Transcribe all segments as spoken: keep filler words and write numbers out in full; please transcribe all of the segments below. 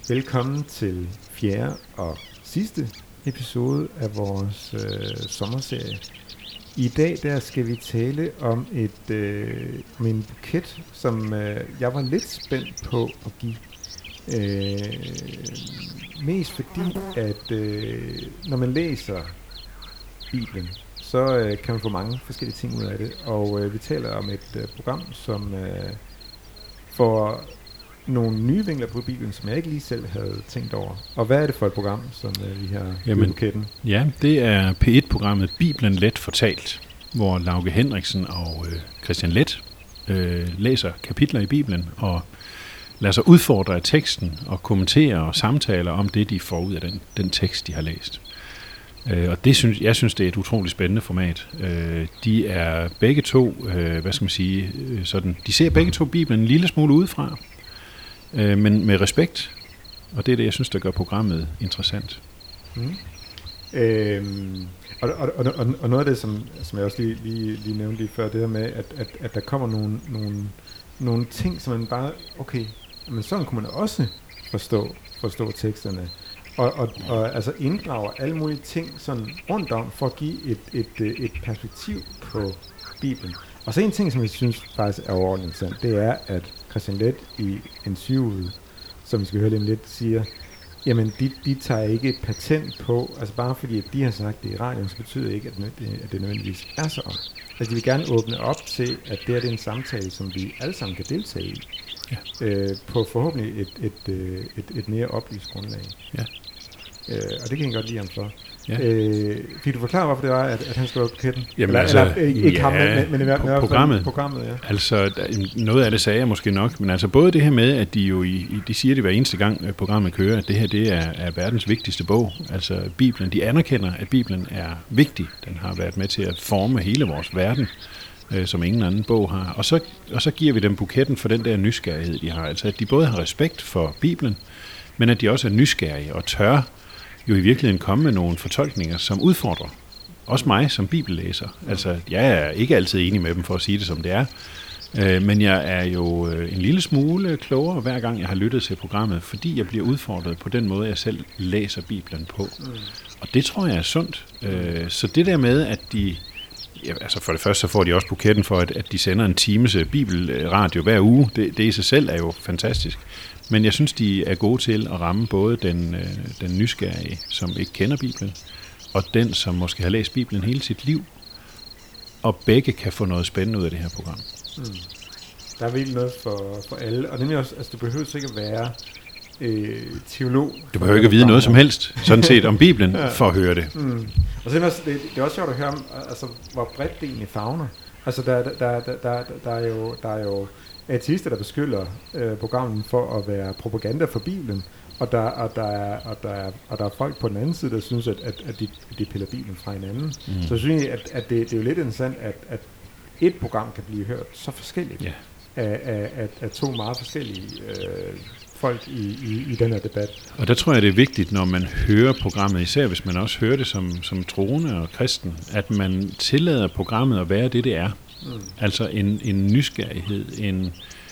Velkommen til fjerde og sidste episode af vores øh, sommerserie. I dag der skal vi tale om et øh, om en buket, som øh, jeg var lidt spændt på at give. Øh, mest fordi, at øh, når man læser Bibelen, så øh, kan man få mange forskellige ting ud af det. Og øh, vi taler om et øh, program, som øh, får nogle nye vinkler på Bibelen, som jeg ikke lige selv havde tænkt over. Og hvad er det for et program, som øh, vi har i buketten? Ja, det er P et-programmet Bibelen Let Fortalt, hvor Lauke Henriksen og øh, Christian Leth øh, læser kapitler i Bibelen og lader sig udfordre af teksten og kommentere og samtaler om det, de får ud af den, den tekst, de har læst. Øh, og det synes, jeg synes, det er et utroligt spændende format. Øh, de er begge to, øh, hvad skal man sige, øh, sådan, de ser begge to Bibelen en lille smule udefra, øh, men med respekt. Og det er det, jeg synes, der gør programmet interessant. Mm. Øhm, og, og, og, og noget af det, som, som jeg også lige, lige, lige nævnte lige før, det her med, at, at, at der kommer nogle, nogle, nogle ting, som man bare, okay, men sådan kunne man også forstå, forstå teksterne. Og, og, og altså inddrager alle mulige ting sådan rundt om, for at give et, et, et perspektiv på Bibelen. Og så en ting, som jeg synes faktisk er overordnet interessant, det er, at Christian Leth i interviewet, som vi skal høre lidt, siger, jamen de, de tager ikke et patent på, altså bare fordi at de har sagt det i radioen, så betyder det ikke, at det, at det nødvendigvis er sådan. Altså de vil gerne åbne op til, at det, er, det er en samtale, som vi alle sammen kan deltage i. Ja. Øh, på forhåbentlig et, et, et, et, et mere oplyst grundlag. Ja. Øh, og det kan jeg godt lide ham for. Ja. Øh, fik du forklare, hvorfor det var, at, at han skulle på buketten? Jamen eller, altså, eller, ikke ja, ham, men, men i hvert fald programmet. programmet, ja. Altså, der, noget af det sagde jeg måske nok, men altså både det her med, at de jo, i, de siger det hver eneste gang programmet kører, at det her, det er, er verdens vigtigste bog. Altså Bibelen, de anerkender, at Bibelen er vigtig. Den har været med til at forme hele vores verden, øh, som ingen anden bog har. Og så, og så giver vi dem buketten for den der nysgerrighed, de har. Altså, at de både har respekt for Bibelen, men at de også er nysgerrige og tør jo i virkeligheden komme med nogle fortolkninger, som udfordrer også mig som bibellæser. Altså, jeg er ikke altid enig med dem, for at sige det som det er, øh, men jeg er jo en lille smule klogere, hver gang jeg har lyttet til programmet, fordi jeg bliver udfordret på den måde, jeg selv læser Bibelen på. Mm. Og det tror jeg er sundt. Øh, så det der med, at de... Ja, altså for det første, så får de også buketten for, at, at de sender en times bibelradio hver uge. Det, det i sig selv er jo fantastisk. Men jeg synes, de er gode til at ramme både den, øh, den nysgerrige, som ikke kender Bibelen, og den, som måske har læst Bibelen hele sit liv. Og begge kan få noget spændende ud af det her program. Mm. Der er virkelig noget for, for alle. Og nemlig også, altså du behøver ikke at være øh, teolog. Du behøver ikke at vide noget som helst, sådan set om Bibelen, ja. For at høre det. Mm. Og så er det, det, det er også sjovt at høre om, altså, hvor bredt det egentlig favner. Altså der, der, der, der, der, der er jo... Der er jo ateister, der beskylder øh, programmet for at være propaganda for Bibelen, og der, og, der er, og, der er, og der er folk på den anden side, der synes, at, at, at de, de piller Bibelen fra hinanden. Mm. Så jeg synes, at, at det, det er jo lidt interessant, at, at et program kan blive hørt så forskelligt yeah. af, af, af, af to meget forskellige øh, folk i, i, i den her debat. Og der tror jeg, det er vigtigt, når man hører programmet, især hvis man også hører det som, som troende og kristen, at man tillader programmet at være det, det er. Mm. Altså en, en nysgerrighed, en,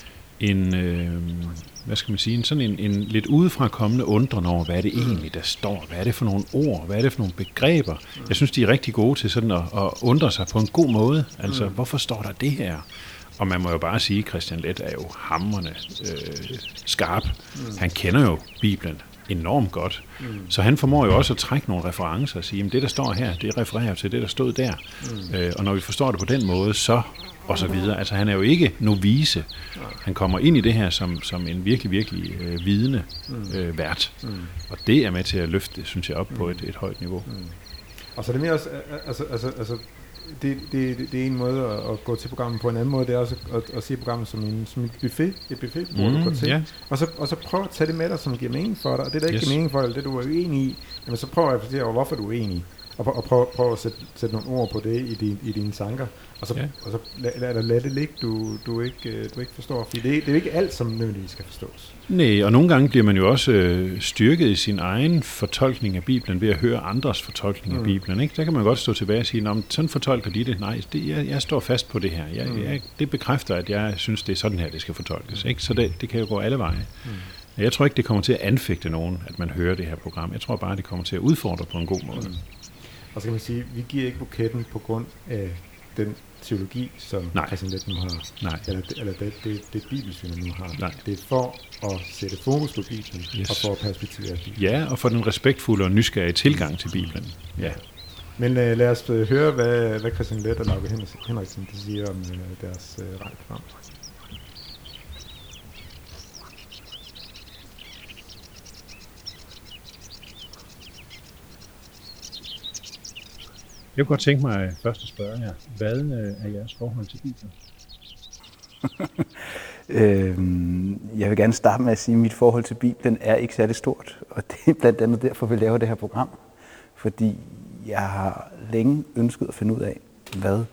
en øh, hvad skal man sige, en sådan en, en lidt udefrakommende undren over, hvad er det egentlig, der står, hvad er det for nogle ord, hvad er det for nogle begreber. Mm. Jeg synes, de er rigtig gode til sådan at, at undre sig på en god måde. Altså, mm. hvorfor står der det her? Og man må jo bare sige, at Christian Leth er jo hamrende øh, skarp. Mm. Han kender jo Bibelen enormt godt. Mm. Så han formår jo også at trække nogle referencer og sige, at det, der står her, det refererer til det, der stod der. Mm. Øh, og når vi forstår det på den måde, så og så videre. Altså han er jo ikke novice. Han kommer ind i det her som, som en virkelig, virkelig øh, vidende øh, vært. Mm. Og det er med til at løfte, synes jeg, op mm. på et, et højt niveau. Mm. Og så er det mere også, altså, altså, altså det, det, det er en måde at, at gå til programmet på. En anden måde, det er også at, at se programmet som en, som et buffet, et buffet, hvor mm, du går til. Yeah. Og, så, og så prøv at tage det med dig, som giver mening for dig. Og det, der ikke yes. giver mening for dig, eller det, du er uenig i, jamen, så prøv at reflektere over, hvorfor du er uenig. Og, og prøv, prøv at sætte, sætte nogle ord på det i, din, i dine tanker. Og så, yeah. og så lad, lad, lad det ligge, du, du, ikke, du ikke forstår. Fordi det, det er jo ikke alt, som nødvendigvis skal forstås. Nej, og nogle gange bliver man jo også øh, styrket i sin egen fortolkning af Bibelen ved at høre andres fortolkning mm. af Bibelen. Ikke? Der kan man godt stå tilbage og sige, sådan fortolker de det. Nej, det, jeg, jeg står fast på det her. Jeg, mm. jeg, det bekræfter, at jeg synes, det er sådan her, det skal fortolkes. Ikke? Så det, det kan jo gå alle veje. Jeg tror ikke, det kommer til at anfægte nogen, at man hører det her program. Jeg tror bare, det kommer til at udfordre på en god måde. Mm. Og så kan man sige, at vi giver ikke buketten på grund af den teologi, som Christian Leth nu har. Nej. Eller, eller det, det, det bibelsyn, nu har. Nej. Det er for at sætte fokus på Bibelen, yes. og for at perspektivere Bibelen. Ja, og for den respektfulde og nysgerrige tilgang til Bibelen. Ja. Men uh, lad os uh, høre, hvad, hvad Christian Leth og Lauke Henriksen de siger om uh, deres uh, radioprogram. Jeg kunne godt tænke mig først at spørge jer, hvad er jeres forhold til Bibelen? øhm, jeg vil gerne starte med at sige, at mit forhold til Bibelen er ikke særlig stort. Og det er blandt andet derfor, vi laver det her program. Fordi jeg har længe ønsket at finde ud af, hvad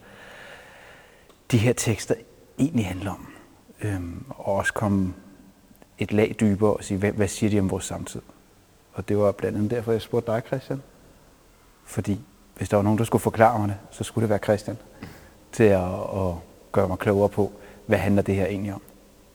de her tekster egentlig handler om. Øhm, og også komme et lag dybere og sige, hvad, hvad siger de om vores samtid? Og det var blandt andet derfor, jeg spurgte dig, Christian. Fordi hvis der var nogen, der skulle forklare mig det, så skulle det være Christian, til at, at gøre mig klogere på, hvad handler det her egentlig om.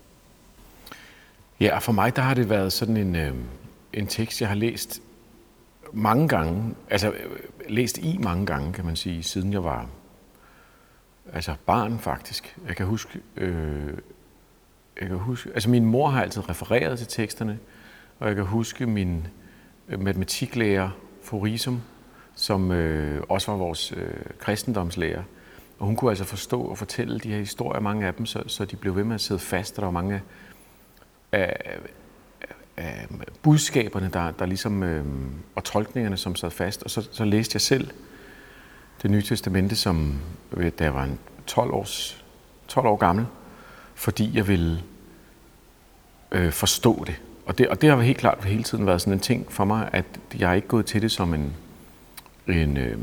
Ja, og for mig der har det været sådan en, øh, en tekst, jeg har læst mange gange, altså læst i mange gange, kan man sige, siden jeg var altså barn faktisk. Jeg kan huske, øh, jeg kan huske, altså min mor har altid refereret til teksterne, og jeg kan huske min øh, matematiklærer, fru Risum, som øh, også var vores øh, kristendomslærer. Og hun kunne altså forstå og fortælle de her historier, mange af dem, så, så de blev ved med at sidde fast, og der var mange af, af budskaberne, der, der ligesom, øh, og tolkningerne, som sad fast. Og så, så læste jeg selv Det Nye Testamente, som da jeg var en tolv, års, tolv år gammel, fordi jeg ville øh, forstå det. Og det. Og det har helt klart hele tiden været sådan en ting for mig, at jeg er ikke gået til det som en en, øh,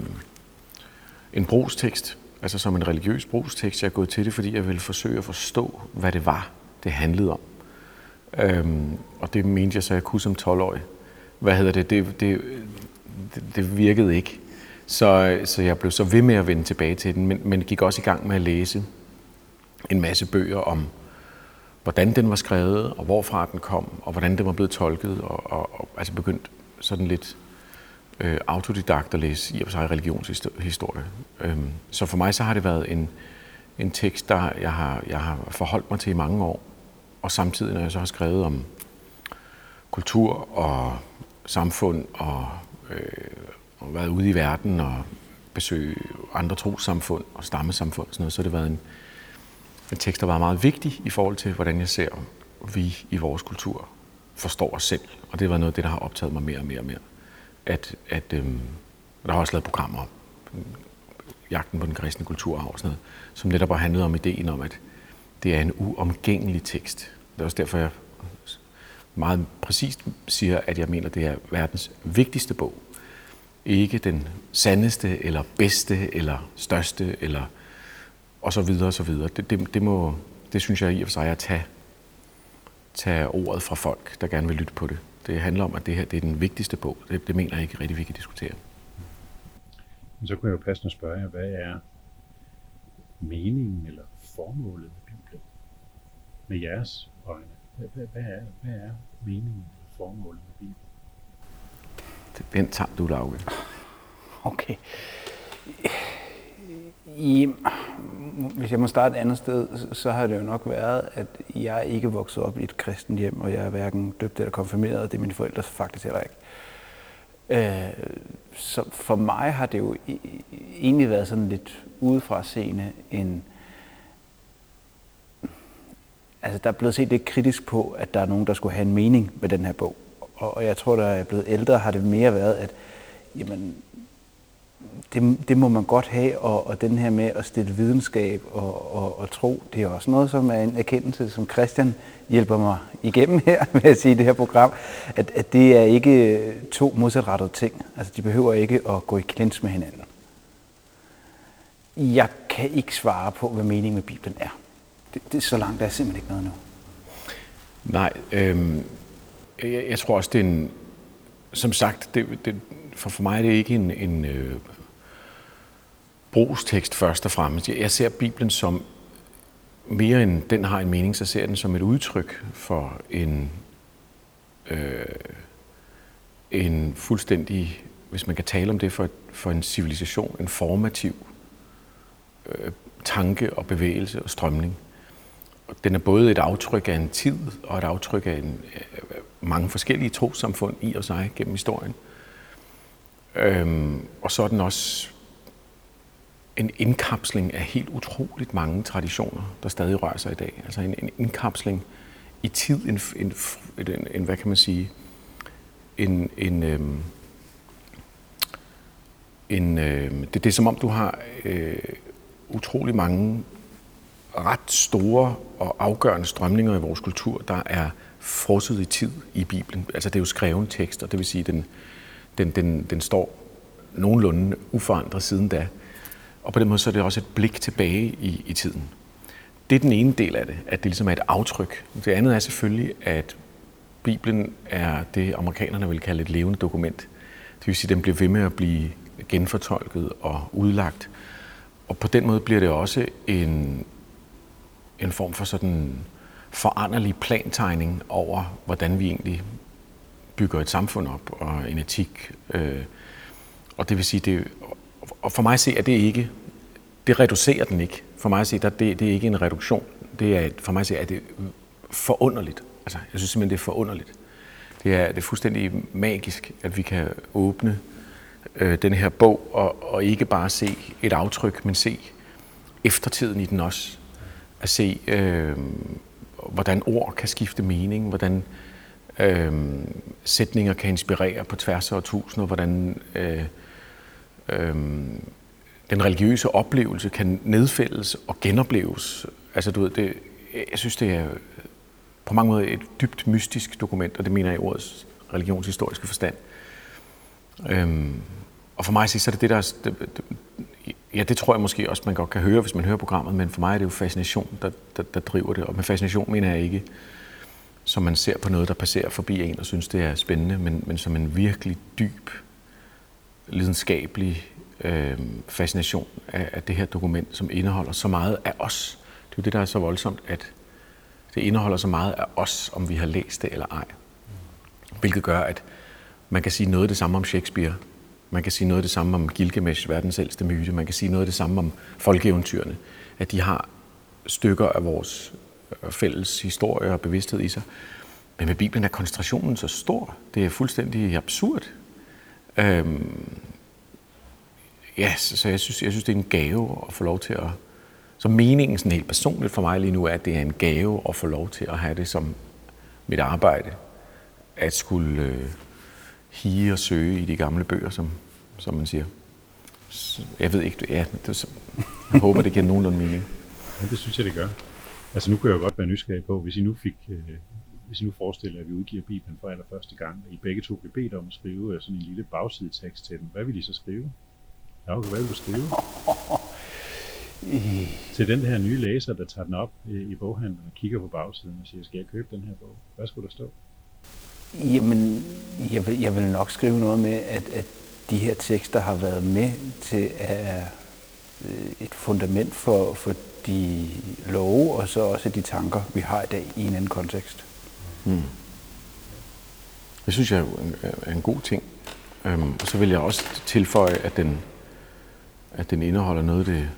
en brugstekst, altså som en religiøs brugstekst. Jeg er gået til det, fordi jeg ville forsøge at forstå, hvad det var, det handlede om. Øhm, og det mente jeg så, jeg kunne som tolv-årig. Hvad hedder det? Det, det, det, det virkede ikke. Så, så jeg blev så ved med at vende tilbage til den, men, men gik også i gang med at læse en masse bøger om, hvordan den var skrevet, og hvorfra den kom, og hvordan den var blevet tolket, og, og, og altså begyndt sådan lidt Øh, autodidakt at læse i og for sig religionshistorie. Øhm, så for mig så har det været en, en tekst, der jeg har, jeg har forholdt mig til i mange år. Og samtidig, når jeg så har skrevet om kultur og samfund og, øh, og været ude i verden og besøge andre trossamfund og stammesamfund og sådan noget, så har det været en, en tekst, der var meget vigtig i forhold til, hvordan jeg ser, vi i vores kultur forstår os selv. Og det var noget af det, der har optaget mig mere og mere og mere. At, at øhm, der har også lavet programmer om jagten på den kristne kulturarv og sådan noget, som netop har handlet om ideen om, at det er en uomgængelig tekst. Det er også derfor, jeg meget præcist siger, at jeg mener, at det er verdens vigtigste bog. Ikke den sandeste, eller bedste, eller største, eller og så videre og så videre. Det, det, det, må, det synes jeg i og for sig at tage, tage ordet fra folk, der gerne vil lytte på det. Det handler om, at det her det er den vigtigste bog. Det, det mener jeg ikke rigtig, vi kan diskutere. Men så kunne jeg jo passende spørge jer, hvad er meningen eller formålet med Bibelen? Med jeres øjne. Hvad, hvad, hvad, er, hvad er meningen eller formålet med Bibelen? Den tager du, Lauke. Okay. I, hvis jeg må starte et andet sted, så har det jo nok været, at jeg ikke er vokset op i et kristent hjem, og jeg er hverken døbt eller konfirmeret, og det er mine forældre faktisk heller ikke. Øh, så for mig har det jo egentlig været sådan lidt udefra seende en... Altså, der er blevet set lidt kritisk på, at der er nogen, der skulle have en mening med den her bog. Og, og jeg tror, der er blevet ældre, har det mere været, at jamen, det, det må man godt have, og, og den her med at stille videnskab og, og, og tro, det er også noget, som er en erkendelse, som Christian hjælper mig igennem her med at sige i det her program, at, at det er ikke to modsatrettede ting. Altså, de behøver ikke at gå i clinch med hinanden. Jeg kan ikke svare på, hvad meningen med Bibelen er. Det, det er så langt, der er simpelthen ikke noget nu. Nej, øhm, jeg, jeg tror også, det er en... Som sagt, det, det, for, for mig er det ikke en, en øh, brugstekst først og fremmest. Jeg, jeg ser Bibelen som mere end den har en mening, så ser jeg den som et udtryk for en øh, en fuldstændig, hvis man kan tale om det for, for en civilisation, en formativ øh, tanke og bevægelse og strømning. Den er både et aftryk af en tid og et aftryk af en, mange forskellige trossamfund i og sig gennem historien. Øhm, og så er den også en indkapsling af helt utroligt mange traditioner, der stadig rører sig i dag. Altså en, en indkapsling i tid, en, en, en, en hvad kan man sige, en, en, øhm, en øhm, det, det er som om du har øh, utrolig mange ret store og afgørende strømninger i vores kultur, der er frosset i tid i Bibelen. Altså det er jo skreven tekster, det vil sige, den, den, den, den står nogenlunde uforandret siden da. Og på den måde så er det også et blik tilbage i, i tiden. Det er den ene del af det, at det ligesom er et aftryk. Det andet er selvfølgelig, at Bibelen er det, amerikanerne vil kalde et levende dokument. Det vil sige, at den bliver ved med at blive genfortolket og udlagt. Og på den måde bliver det også en, en form for sådan foranderlig plantegning over, hvordan vi egentlig bygger et samfund op og en etik. Og det vil sige, det, og for mig at se, at det ikke, det reducerer den ikke. For mig at se, at det, det er ikke en reduktion. Det er, for mig at se, at det er forunderligt. Altså, jeg synes simpelthen, det er forunderligt. Det er, det er fuldstændig magisk, at vi kan åbne øh, den her bog og, og ikke bare se et aftryk, men se eftertiden i den også. At se, øh, hvordan ord kan skifte mening, hvordan øh, sætninger kan inspirere på tværs af tusinder, hvordan øh, øh, den religiøse oplevelse kan nedfældes og genopleves. Altså, du ved, det, jeg synes, det er på mange måder et dybt mystisk dokument, og det mener jeg i ordets religionshistoriske forstand. Øhm, og for mig så er det det, der... Det, det, ja, det tror jeg måske også, man godt kan høre, hvis man hører programmet, men for mig er det jo fascination, der, der, der driver det. Og med fascination mener jeg ikke, som man ser på noget, der passerer forbi en og synes, det er spændende, men, men som en virkelig dyb, lidenskabelig øh, fascination af, af det her dokument, som indeholder så meget af os. Det er jo det, der er så voldsomt, at det indeholder så meget af os, om vi har læst det eller ej. Hvilket gør, at man kan sige noget af det samme om Shakespeare. Man kan sige noget af det samme om Gilgamesh, verdens ældste myte. Man kan sige noget af det samme om folkeeventyrene. At de har stykker af vores fælles historie og bevidsthed i sig. Men med Bibelen er koncentrationen så stor. Det er fuldstændig absurd. Øhm, ja, så jeg synes, jeg synes, det er en gave at få lov til at... Så meningen sådan helt personligt for mig lige nu er, at det er en gave at få lov til at have det som mit arbejde. At skulle øh, hige og søge i de gamle bøger, som, som man siger. Jeg ved ikke, ja, det, jeg håber, det giver nogenlunde mening. Ja, det synes jeg, det gør. Altså nu kan jeg jo godt være nysgerrig på, hvis I nu fik, øh, hvis I nu forestiller, at vi udgiver Bibelen for allerførste gang, og I begge to bliver bedt om at skrive sådan en lille bagsidetekst til den. Hvad vil I så skrive? Ja, okay, hvad vil du skrive? Til den her nye læser, der tager den op i boghandlen og kigger på bagsiden og siger, skal jeg købe den her bog? Hvad skulle der stå? Jamen, jeg vil, jeg vil nok skrive noget med, at, at de her tekster har været med til at et fundament for, for de love, og så også de tanker, vi har i dag i en anden kontekst. Hmm. Det synes jeg er en god ting. Um, og så vil jeg også tilføje, at den, at den indeholder noget af det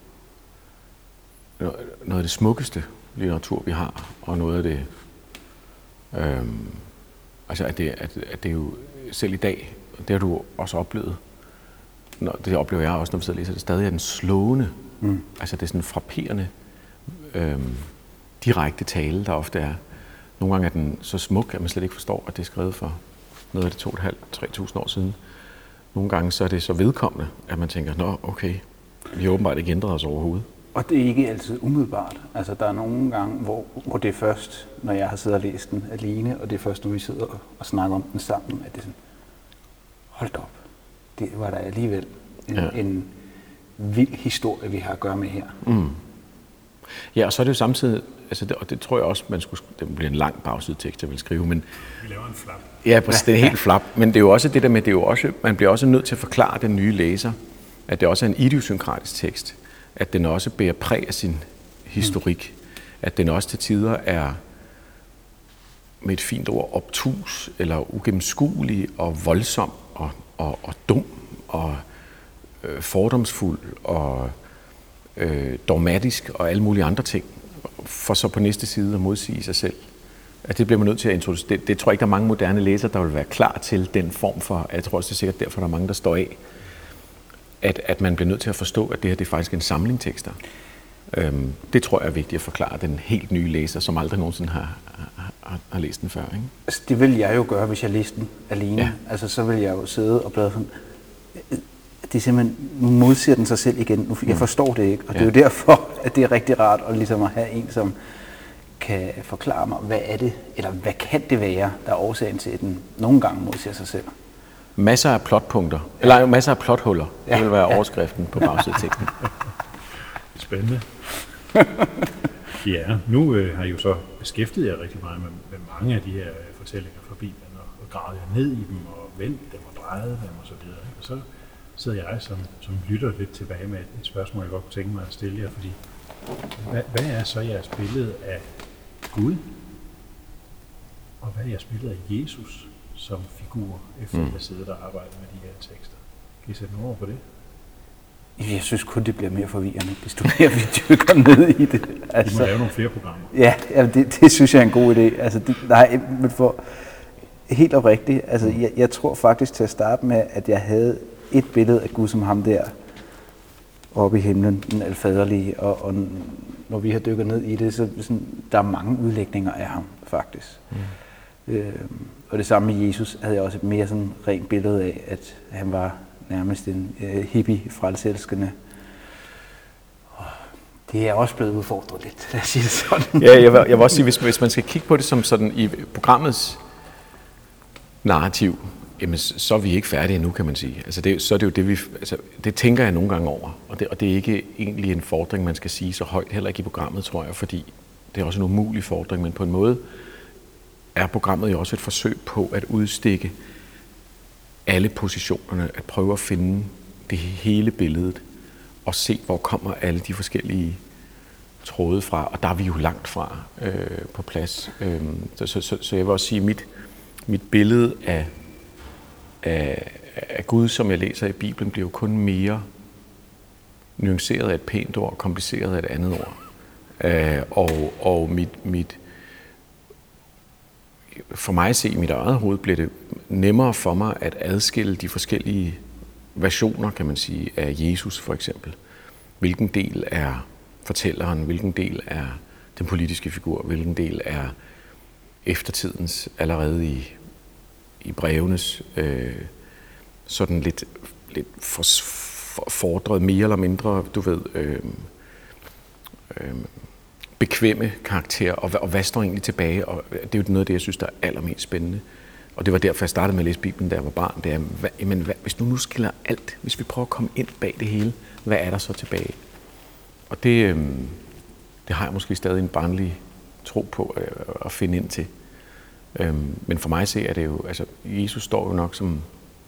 noget af det smukkeste litteratur, vi har, og noget af det, øhm, altså at det, at, at det jo selv i dag, det har du også oplevet, når, det oplever jeg også, når vi sidder og læser, det stadig er den slående, mm. altså det er sådan frapperende, øhm, direkte tale, der ofte er. Nogle gange er den så smuk, at man slet ikke forstår, at det er skrevet for noget af det to tusind tre tusind år siden. Nogle gange så er det så vedkommende, at man tænker, nå okay, vi har åbenbart ikke ændret os overhovedet. Og det er ikke altid umiddelbart. Altså, der er nogle gange, hvor, hvor det er først, når jeg har siddet og læst den alene, og det er først, når vi sidder og, og snakker om den sammen, at det er sådan, hold op, det var der alligevel en, ja. en vild historie, vi har at gøre med her. Mm. Ja, og så er det jo samtidig, altså det, og det tror jeg også, man skulle, det bliver en lang bagsidetekst, jeg vil skrive, men... Vi laver en flap. Ja, præcis, det er helt flap, men det er jo også det der med, det er jo også, man bliver også nødt til at forklare den nye læser, at det også er en idiosynkratisk tekst, at den også bærer præg af sin historik, mm. at den også til tider er med et fint ord, obtus, eller ugennemskuelig, og voldsom, og, og, og dum, og øh, fordomsfuld, og øh, dogmatisk, og alle mulige andre ting, for så på næste side at modsige sig selv. At det bliver man nødt til at introducere. Det, det tror jeg ikke, der er mange moderne læsere, der vil være klar til den form for, jeg tror også, det er sikkert derfor, der er mange, der står af, at, at man bliver nødt til at forstå, at det her det er faktisk en samling tekster. Øhm, det tror jeg er vigtigt at forklare den helt nye læser, som aldrig nogensinde har, har, har læst den før. Ikke? Altså, det vil jeg jo gøre, hvis jeg læste den alene. Ja. Altså, så vil jeg jo sidde og bladre sådan. Det er simpelthen, nu modsiger den sig selv igen. Nu, jeg forstår det ikke, og ja. Det er jo derfor, at det er rigtig rart at, ligesom at have en, som kan forklare mig, hvad er det, eller hvad kan det være, der er årsagen til, at den nogle gange modsiger sig selv. Masser af plotpunkter, ja. Eller masser af plothuller, ja. Det vil være ja. overskriften på bagsideteksten. Spændende. Ja, nu øh, har I jo så beskæftiget jer rigtig meget med, med mange af de her fortællinger fra Bibelen, og, og gravet jer ned i dem, og vendt dem, og drejet dem, og så videre. Og så sidder jeg som, som lytter lidt tilbage med et, et spørgsmål, jeg godt kunne tænke mig at stille jer, fordi hvad, hvad er så jeres billede af Gud, og hvad er jeres billede af Jesus som figur, efter mm. at sidde og arbejde med de her tekster? Kan I sætte nogle ord på det? Jeg synes kun, det bliver mere forvirrende, desto mere vi dykker ned i det. Altså, I må lave nogle flere programmer. Ja, ja det, det synes jeg er en god idé. Altså, det, nej, men for helt oprigtigt, altså, jeg, jeg tror faktisk til at starte med, at jeg havde et billede af Gud som ham der, oppe i himlen, den alfaderlige, og, og når vi har dykket ned i det, så sådan, der er mange udlægninger af ham, faktisk. Mm. Øh, og det samme med Jesus havde jeg også et mere sådan rent billede af, at han var nærmest en øh, hippie frelselskende. Det er også blevet udfordret lidt, lad os sige det sådan. Ja, jeg vil, jeg vil også sige, hvis, hvis man skal kigge på det som sådan i programmets narrativ, jamen så er vi ikke færdige endnu, kan man sige. Altså det, så er det jo det, vi, altså det tænker jeg nogle gange over, og det, og det er ikke egentlig en fordring, man skal sige så højt, heller ikke i programmet, tror jeg, fordi det er også en umulig fordring, men på en måde er programmet jo også et forsøg på at udstikke alle positionerne, at prøve at finde det hele billedet, og se, hvor kommer alle de forskellige tråde fra, og der er vi jo langt fra øh, på plads. Øh, så, så, så, så jeg vil også sige, at mit, mit billede af, af, af Gud, som jeg læser i Bibelen, bliver jo kun mere nuanceret af et pænt ord, kompliceret af et andet ord. Øh, og og mit, mit, for mig at se i mit eget hoved, bliver det nemmere for mig at adskille de forskellige versioner, kan man sige, af Jesus for eksempel. Hvilken del er fortælleren, hvilken del er den politiske figur, hvilken del er eftertidens, allerede i, i brevenes, øh, sådan lidt, lidt for, for, fordret, mere eller mindre, du ved, øh, øh, bekvemme karakter, og, og hvad står egentlig tilbage, og det er jo noget af det, jeg synes, der er allermest spændende. Og det var derfor, jeg startede med at læse Bibelen, da jeg var barn. Det er, hvad, jamen, hvad, hvis nu nu skiller alt, hvis vi prøver at komme ind bag det hele, hvad er der så tilbage? Og det, øh, det har jeg måske stadig en barnlig tro på øh, at finde ind til. Øh, men for mig at se, er det jo, altså Jesus står jo nok som,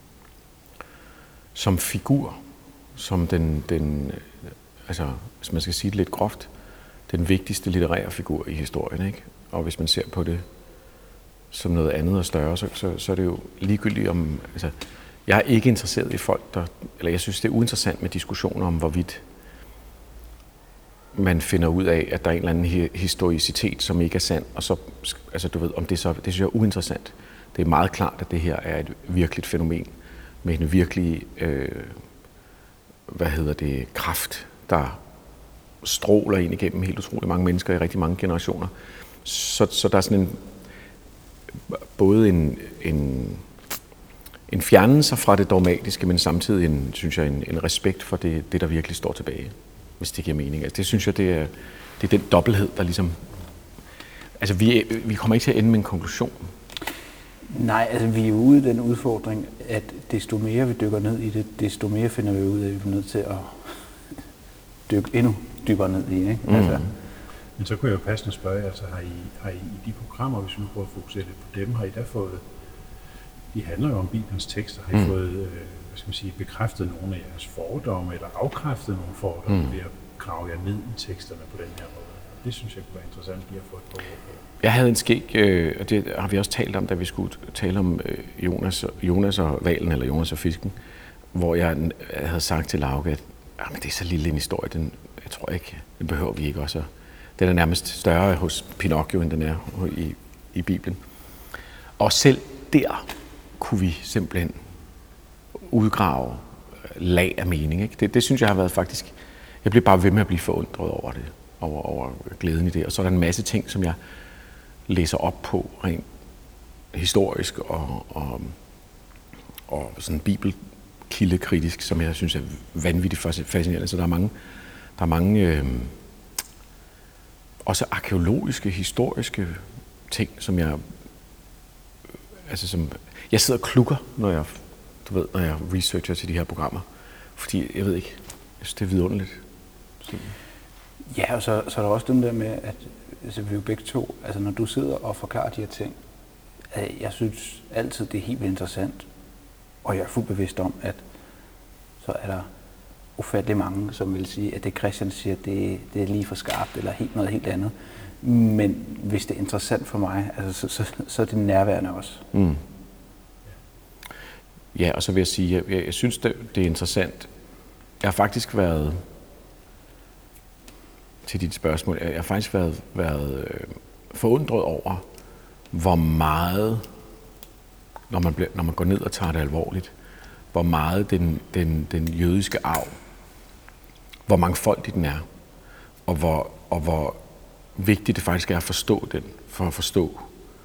som figur, som den, den, altså hvis man skal sige det lidt groft, den vigtigste litterære figur i historien, ikke? Og hvis man ser på det som noget andet og større, så, så, så er det jo ligegyldigt om, altså, jeg er ikke interesseret i folk, der, eller jeg synes, det er uinteressant med diskussioner om, hvorvidt man finder ud af, at der er en eller anden historicitet, som ikke er sand, og så, altså du ved, om det så, det synes jeg er uinteressant. Det er meget klart, at det her er et virkeligt fænomen, med en virkelig, øh, hvad hedder det, kraft, der stråler ind igennem helt utroligt mange mennesker i rigtig mange generationer. Så, så der er sådan en, både en, en, en fjernelse fra det dogmatiske, men samtidig en, synes jeg, en, en respekt for det, det, der virkelig står tilbage, hvis det giver mening. Altså, det synes jeg, det er, det er den dobbelthed, der ligesom... Altså, vi, vi kommer ikke til at ende med en konklusion. Nej, altså, vi er jo ude i den udfordring, at desto mere vi dykker ned i det, desto mere finder vi ud af, at vi er nødt til at dykke endnu dybere ned i, ikke? Mm. Altså. Men så kunne jeg jo passende spørge, altså har I, har I i de programmer, hvis vi prøver at fokusere lidt på dem, har I da fået, de handler jo om Bibelens tekster, har I mm. fået, øh, hvad skal man sige, bekræftet nogle af jeres fordomme, eller afkræftet nogle fordomme, mm. ved at grave jer ned i teksterne på den her måde? Det synes jeg kunne være interessant lige at få et par ord på. Jeg havde en skæg, øh, og det har vi også talt om, da vi skulle tale om øh, Jonas, Jonas og hvalen, eller Jonas og fisken, hvor jeg havde sagt til Lauke, at ah, men det er så lille en historie, den, jeg tror ikke, den behøver vi ikke også. Den er nærmest større hos Pinocchio, end den er i, i Bibelen. Og selv der kunne vi simpelthen udgrave lag af mening. Ikke? Det, det synes jeg har været faktisk... Jeg bliver bare ved med at blive forundret over det, over, over glæden i det. Og så er der en masse ting, som jeg læser op på rent historisk og, og, og sådan bibelkildekritisk, som jeg synes er vanvittigt fascinerende. Så der er mange, der er mange øh, også arkeologiske, historiske ting, som jeg altså som jeg sidder og klukker, når jeg du ved, når jeg researcher til de her programmer, fordi jeg ved ikke, jeg synes det er vidunderligt. Så. Ja, og så, så er der også den der med, at altså, vi er jo begge to, altså når du sidder og forklarer de her ting, jeg synes altid, det er helt vildt interessant, og jeg er fuldt bevidst om, at så er der ufattelig mange, som vil sige, at det Christian siger, det, det er lige for skarpt, eller helt noget helt andet. Men hvis det er interessant for mig, altså, så, så, så er det nærværende også. Mm. Ja, og så vil jeg sige, jeg, jeg, jeg synes, det, det er interessant. Jeg har faktisk været, til dit spørgsmål, jeg har faktisk været, været øh, forundret over, hvor meget, når man, bliver, når man går ned og tager det alvorligt, hvor meget den, den, den jødiske arv, hvor mangfoldig den er, og hvor, og hvor vigtigt det faktisk er at forstå den, for at forstå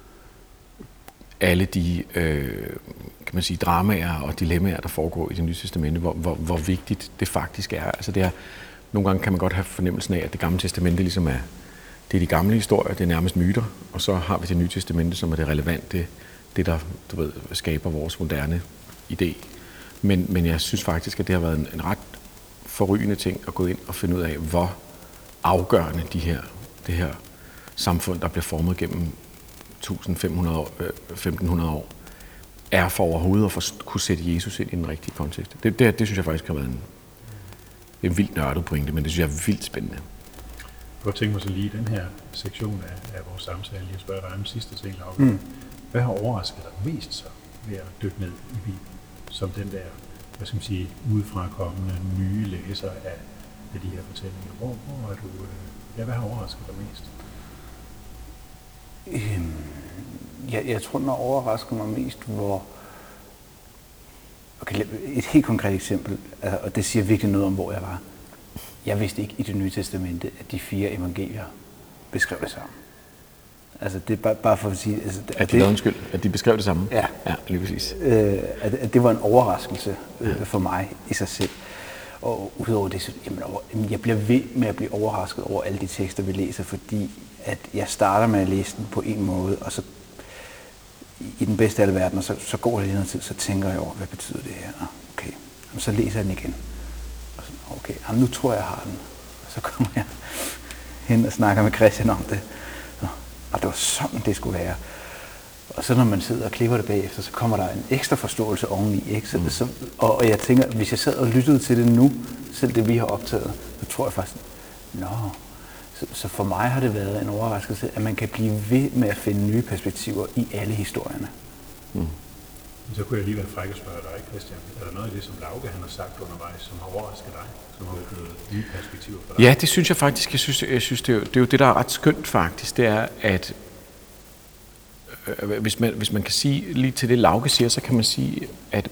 alle de øh, kan man sige, dramaer og dilemmaer, der foregår i Det Nye Testamente, hvor, hvor, hvor vigtigt det faktisk er. Altså det er. Nogle gange kan man godt have fornemmelsen af, at Det Gamle Testamente ligesom er, det er de gamle historier, det er nærmest myter, og så har vi Det Nye Testamente, som er det relevante, det der du ved, skaber vores moderne idé. Men, men jeg synes faktisk, at det har været en, en ret forrygende ting at gå ind og finde ud af, hvor afgørende de her, det her samfund, der bliver formet gennem femten hundrede år, femten hundrede år, er for overhovedet at for, kunne sætte Jesus ind i den rigtige kontekst. Det, det, det synes jeg faktisk har været en, en vildt nørdet pointe, men det synes jeg er vildt spændende. Jeg kunne tænke mig så lige i den her sektion af, af vores samtale, lige at spørge dig om sidste ting, Lauke. Mm. Hvad har overrasket dig mest så ved at dykke ned i Bibelen, som den der, hvad skal man sige, udefra kommende nye læser af, af de her fortællinger? Hvor, hvor er du, ja, hvad har overrasket dig mest? Øhm, jeg, jeg tror, den har overrasket mig mest, hvor... Okay, et helt konkret eksempel, og det siger virkelig noget om, hvor jeg var. Jeg vidste ikke i Det Nye Testamente, at de fire evangelier beskrev det samme. Altså, det er bare, bare for at sige... Altså, at, at de det, undskyld, at de beskrev det samme? Ja. Ja, lige præcis. Øh, at, at det var en overraskelse øh, for mig i sig selv. Og udover det, så jamen, over, jamen, jeg bliver ved med at blive overrasket over alle de tekster, vi læser, fordi at jeg starter med at læse den på en måde, og så i den bedste af alle verden, og så, så går det lige noget tid, så tænker jeg over, hvad betyder det her? Okay, og så læser jeg den igen. Og så, okay, jamen, nu tror jeg, jeg har den. Og så kommer jeg hen og snakker med Christian om det. Og det var sådan, det skulle være. Og så når man sidder og klipper det bagefter, så kommer der en ekstra forståelse oveni. Ikke? Så, mm. så, og, og jeg tænker, hvis jeg sad og lyttede til det nu, selv det vi har optaget, så tror jeg faktisk, nå. Så, så for mig har det været en overraskelse, at man kan blive ved med at finde nye perspektiver i alle historierne. Mm. Så kunne jeg lige være fræk og spørge dig, Christian. Er der noget af det, som Lauke han har sagt undervejs, som har overrasket dig, som har åbnet nye perspektiver for dig? Ja, det synes jeg faktisk. Jeg synes, jeg synes det, er jo, det er jo det, der er ret skønt faktisk. Det er, at øh, hvis, man, hvis man kan sige lige til det, Lauke siger, så kan man sige, at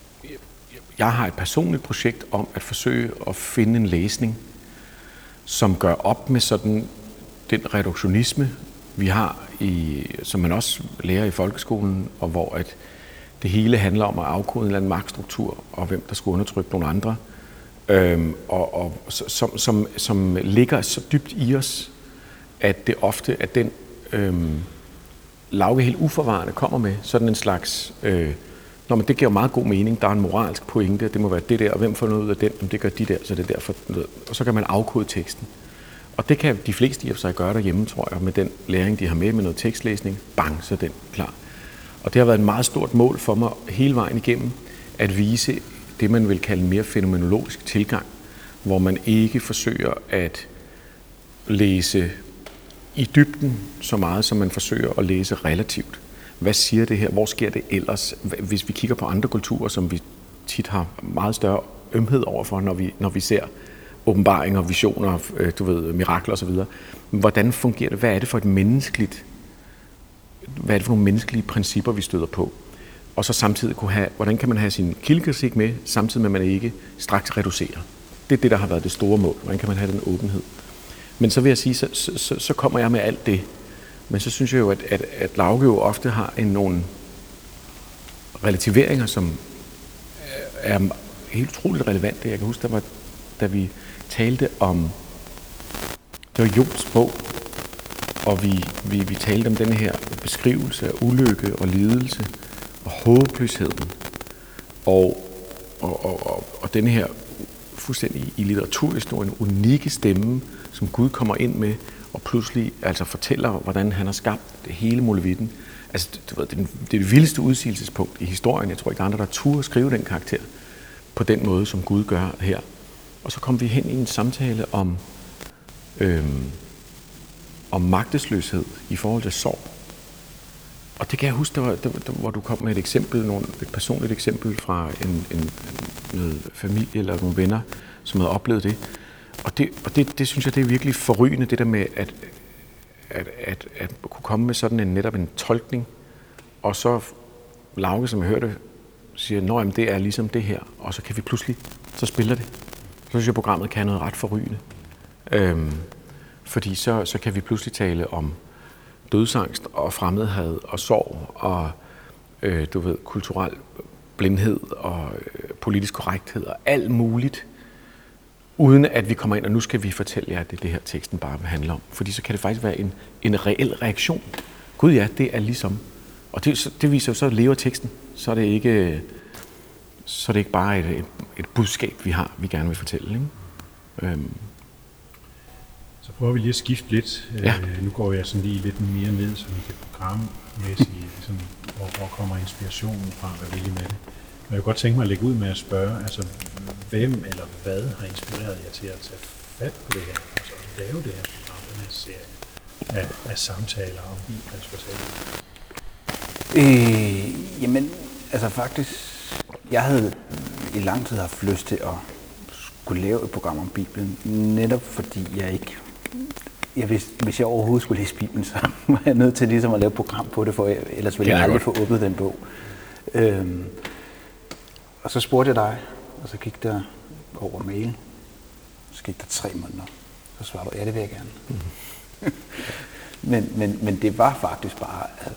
jeg har et personligt projekt om at forsøge at finde en læsning, som gør op med sådan den reduktionisme, vi har, i, som man også lærer i folkeskolen, og hvor at det hele handler om at afkode en eller anden magtstruktur, og hvem der skulle undertrykke nogle andre, øhm, og, og som, som, som ligger så dybt i os, at det ofte er den øhm, Lauke helt uforvarende kommer med sådan en slags, øh, nå, men det giver meget god mening, der er en moralsk pointe, det må være det der, og hvem får noget ud af den, om det gør de der, så det er derfor, og så kan man afkode teksten. Og det kan de fleste i sig gøre derhjemme, tror jeg, med den læring, de har med, med noget tekstlæsning, bang, så er den klar. Og det har været et meget stort mål for mig hele vejen igennem, at vise det, man vil kalde en mere fænomenologisk tilgang, hvor man ikke forsøger at læse i dybden så meget, som man forsøger at læse relativt. Hvad siger det her? Hvor sker det ellers? Hvis vi kigger på andre kulturer, som vi tit har meget større ømhed overfor, når vi, når vi ser åbenbaringer, visioner, du ved, mirakler osv. Hvordan fungerer det? Hvad er det for et menneskeligt, hvad er det for nogle menneskelige principper, vi støder på? Og så samtidig kunne have, hvordan kan man have sin kildekritik med, samtidig med, at man ikke straks reducerer. Det er det, der har været det store mål. Hvordan kan man have den åbenhed? Men så vil jeg sige, så, så, så kommer jeg med alt det. Men så synes jeg jo, at, at, at Lauge jo ofte har en, nogle relativeringer, som er helt utroligt relevante. Jeg kan huske, der var, da vi talte om, det var Jobs bog, og vi, vi, vi talte om den her beskrivelse af ulykke og lidelse og håbløsheden. Og, og, og, og, og denne her fuldstændig i litteraturhistorien unikke stemme, som Gud kommer ind med, og pludselig altså fortæller, hvordan han har skabt det hele molevitten. Altså, du ved, det er det vildeste udsigelsespunkt i historien. Jeg tror ikke, der er andre, der turde skrive den karakter på den måde, som Gud gør her. Og så kom vi hen i en samtale om, øhm, om magtesløshed i forhold til sorg. Og det kan jeg huske, der var, der, der, hvor du kom med et eksempel, nogle, et personligt eksempel fra en, en, en familie eller nogle venner, som havde oplevet det. Og det, og det, det synes jeg, det er virkelig forrygende, det der med at, at, at, at kunne komme med sådan en netop en tolkning, og så Lauge, som jeg hørte, siger, nå, jamen, det er ligesom det her, og så kan vi pludselig, så spiller det. Så synes jeg, programmet kan noget ret forrygende. Øhm, fordi så, så kan vi pludselig tale om dødsangst og fremmedhad og sorg og øh, du ved, kulturel blindhed og øh, politisk korrekthed og alt muligt, uden at vi kommer ind, og nu skal vi fortælle jer, at det er det her teksten bare vil handle om. Fordi så kan det faktisk være en, en reel reaktion. Gud ja, det er ligesom. Og det, det viser jo så, at lever teksten. Så er det ikke, så er det ikke bare et, et, et budskab, vi har, vi gerne vil fortælle. Ikke? Øhm. Så prøver vi lige at skifte lidt. Ja. Øh, nu går jeg sådan lige lidt mere ned sådan det programmæssige, sådan, hvor, hvor kommer inspirationen fra, hvad vil I med det? Men jeg kunne godt tænke mig at lægge ud med at spørge, altså hvem eller hvad har inspireret jer til at tage fat på det her, altså at lave det her program, den her serie af, af samtaler om Bibelens fortælling? Øh, jamen, altså faktisk, jeg havde i lang tid haft lyst til at skulle lave et program om Bibelen, netop fordi jeg ikke, jeg vidste, hvis jeg overhovedet skulle læse Bibelen, så var jeg nødt til ligesom at lave et program på det, for ellers ville jeg, jeg aldrig godt få åbnet den bog. Øhm, og så spurgte jeg dig, og så gik der over mail, så gik der tre måneder, så svarede du, ja, det vil jeg gerne. Mm-hmm. men, men, men det var faktisk bare, at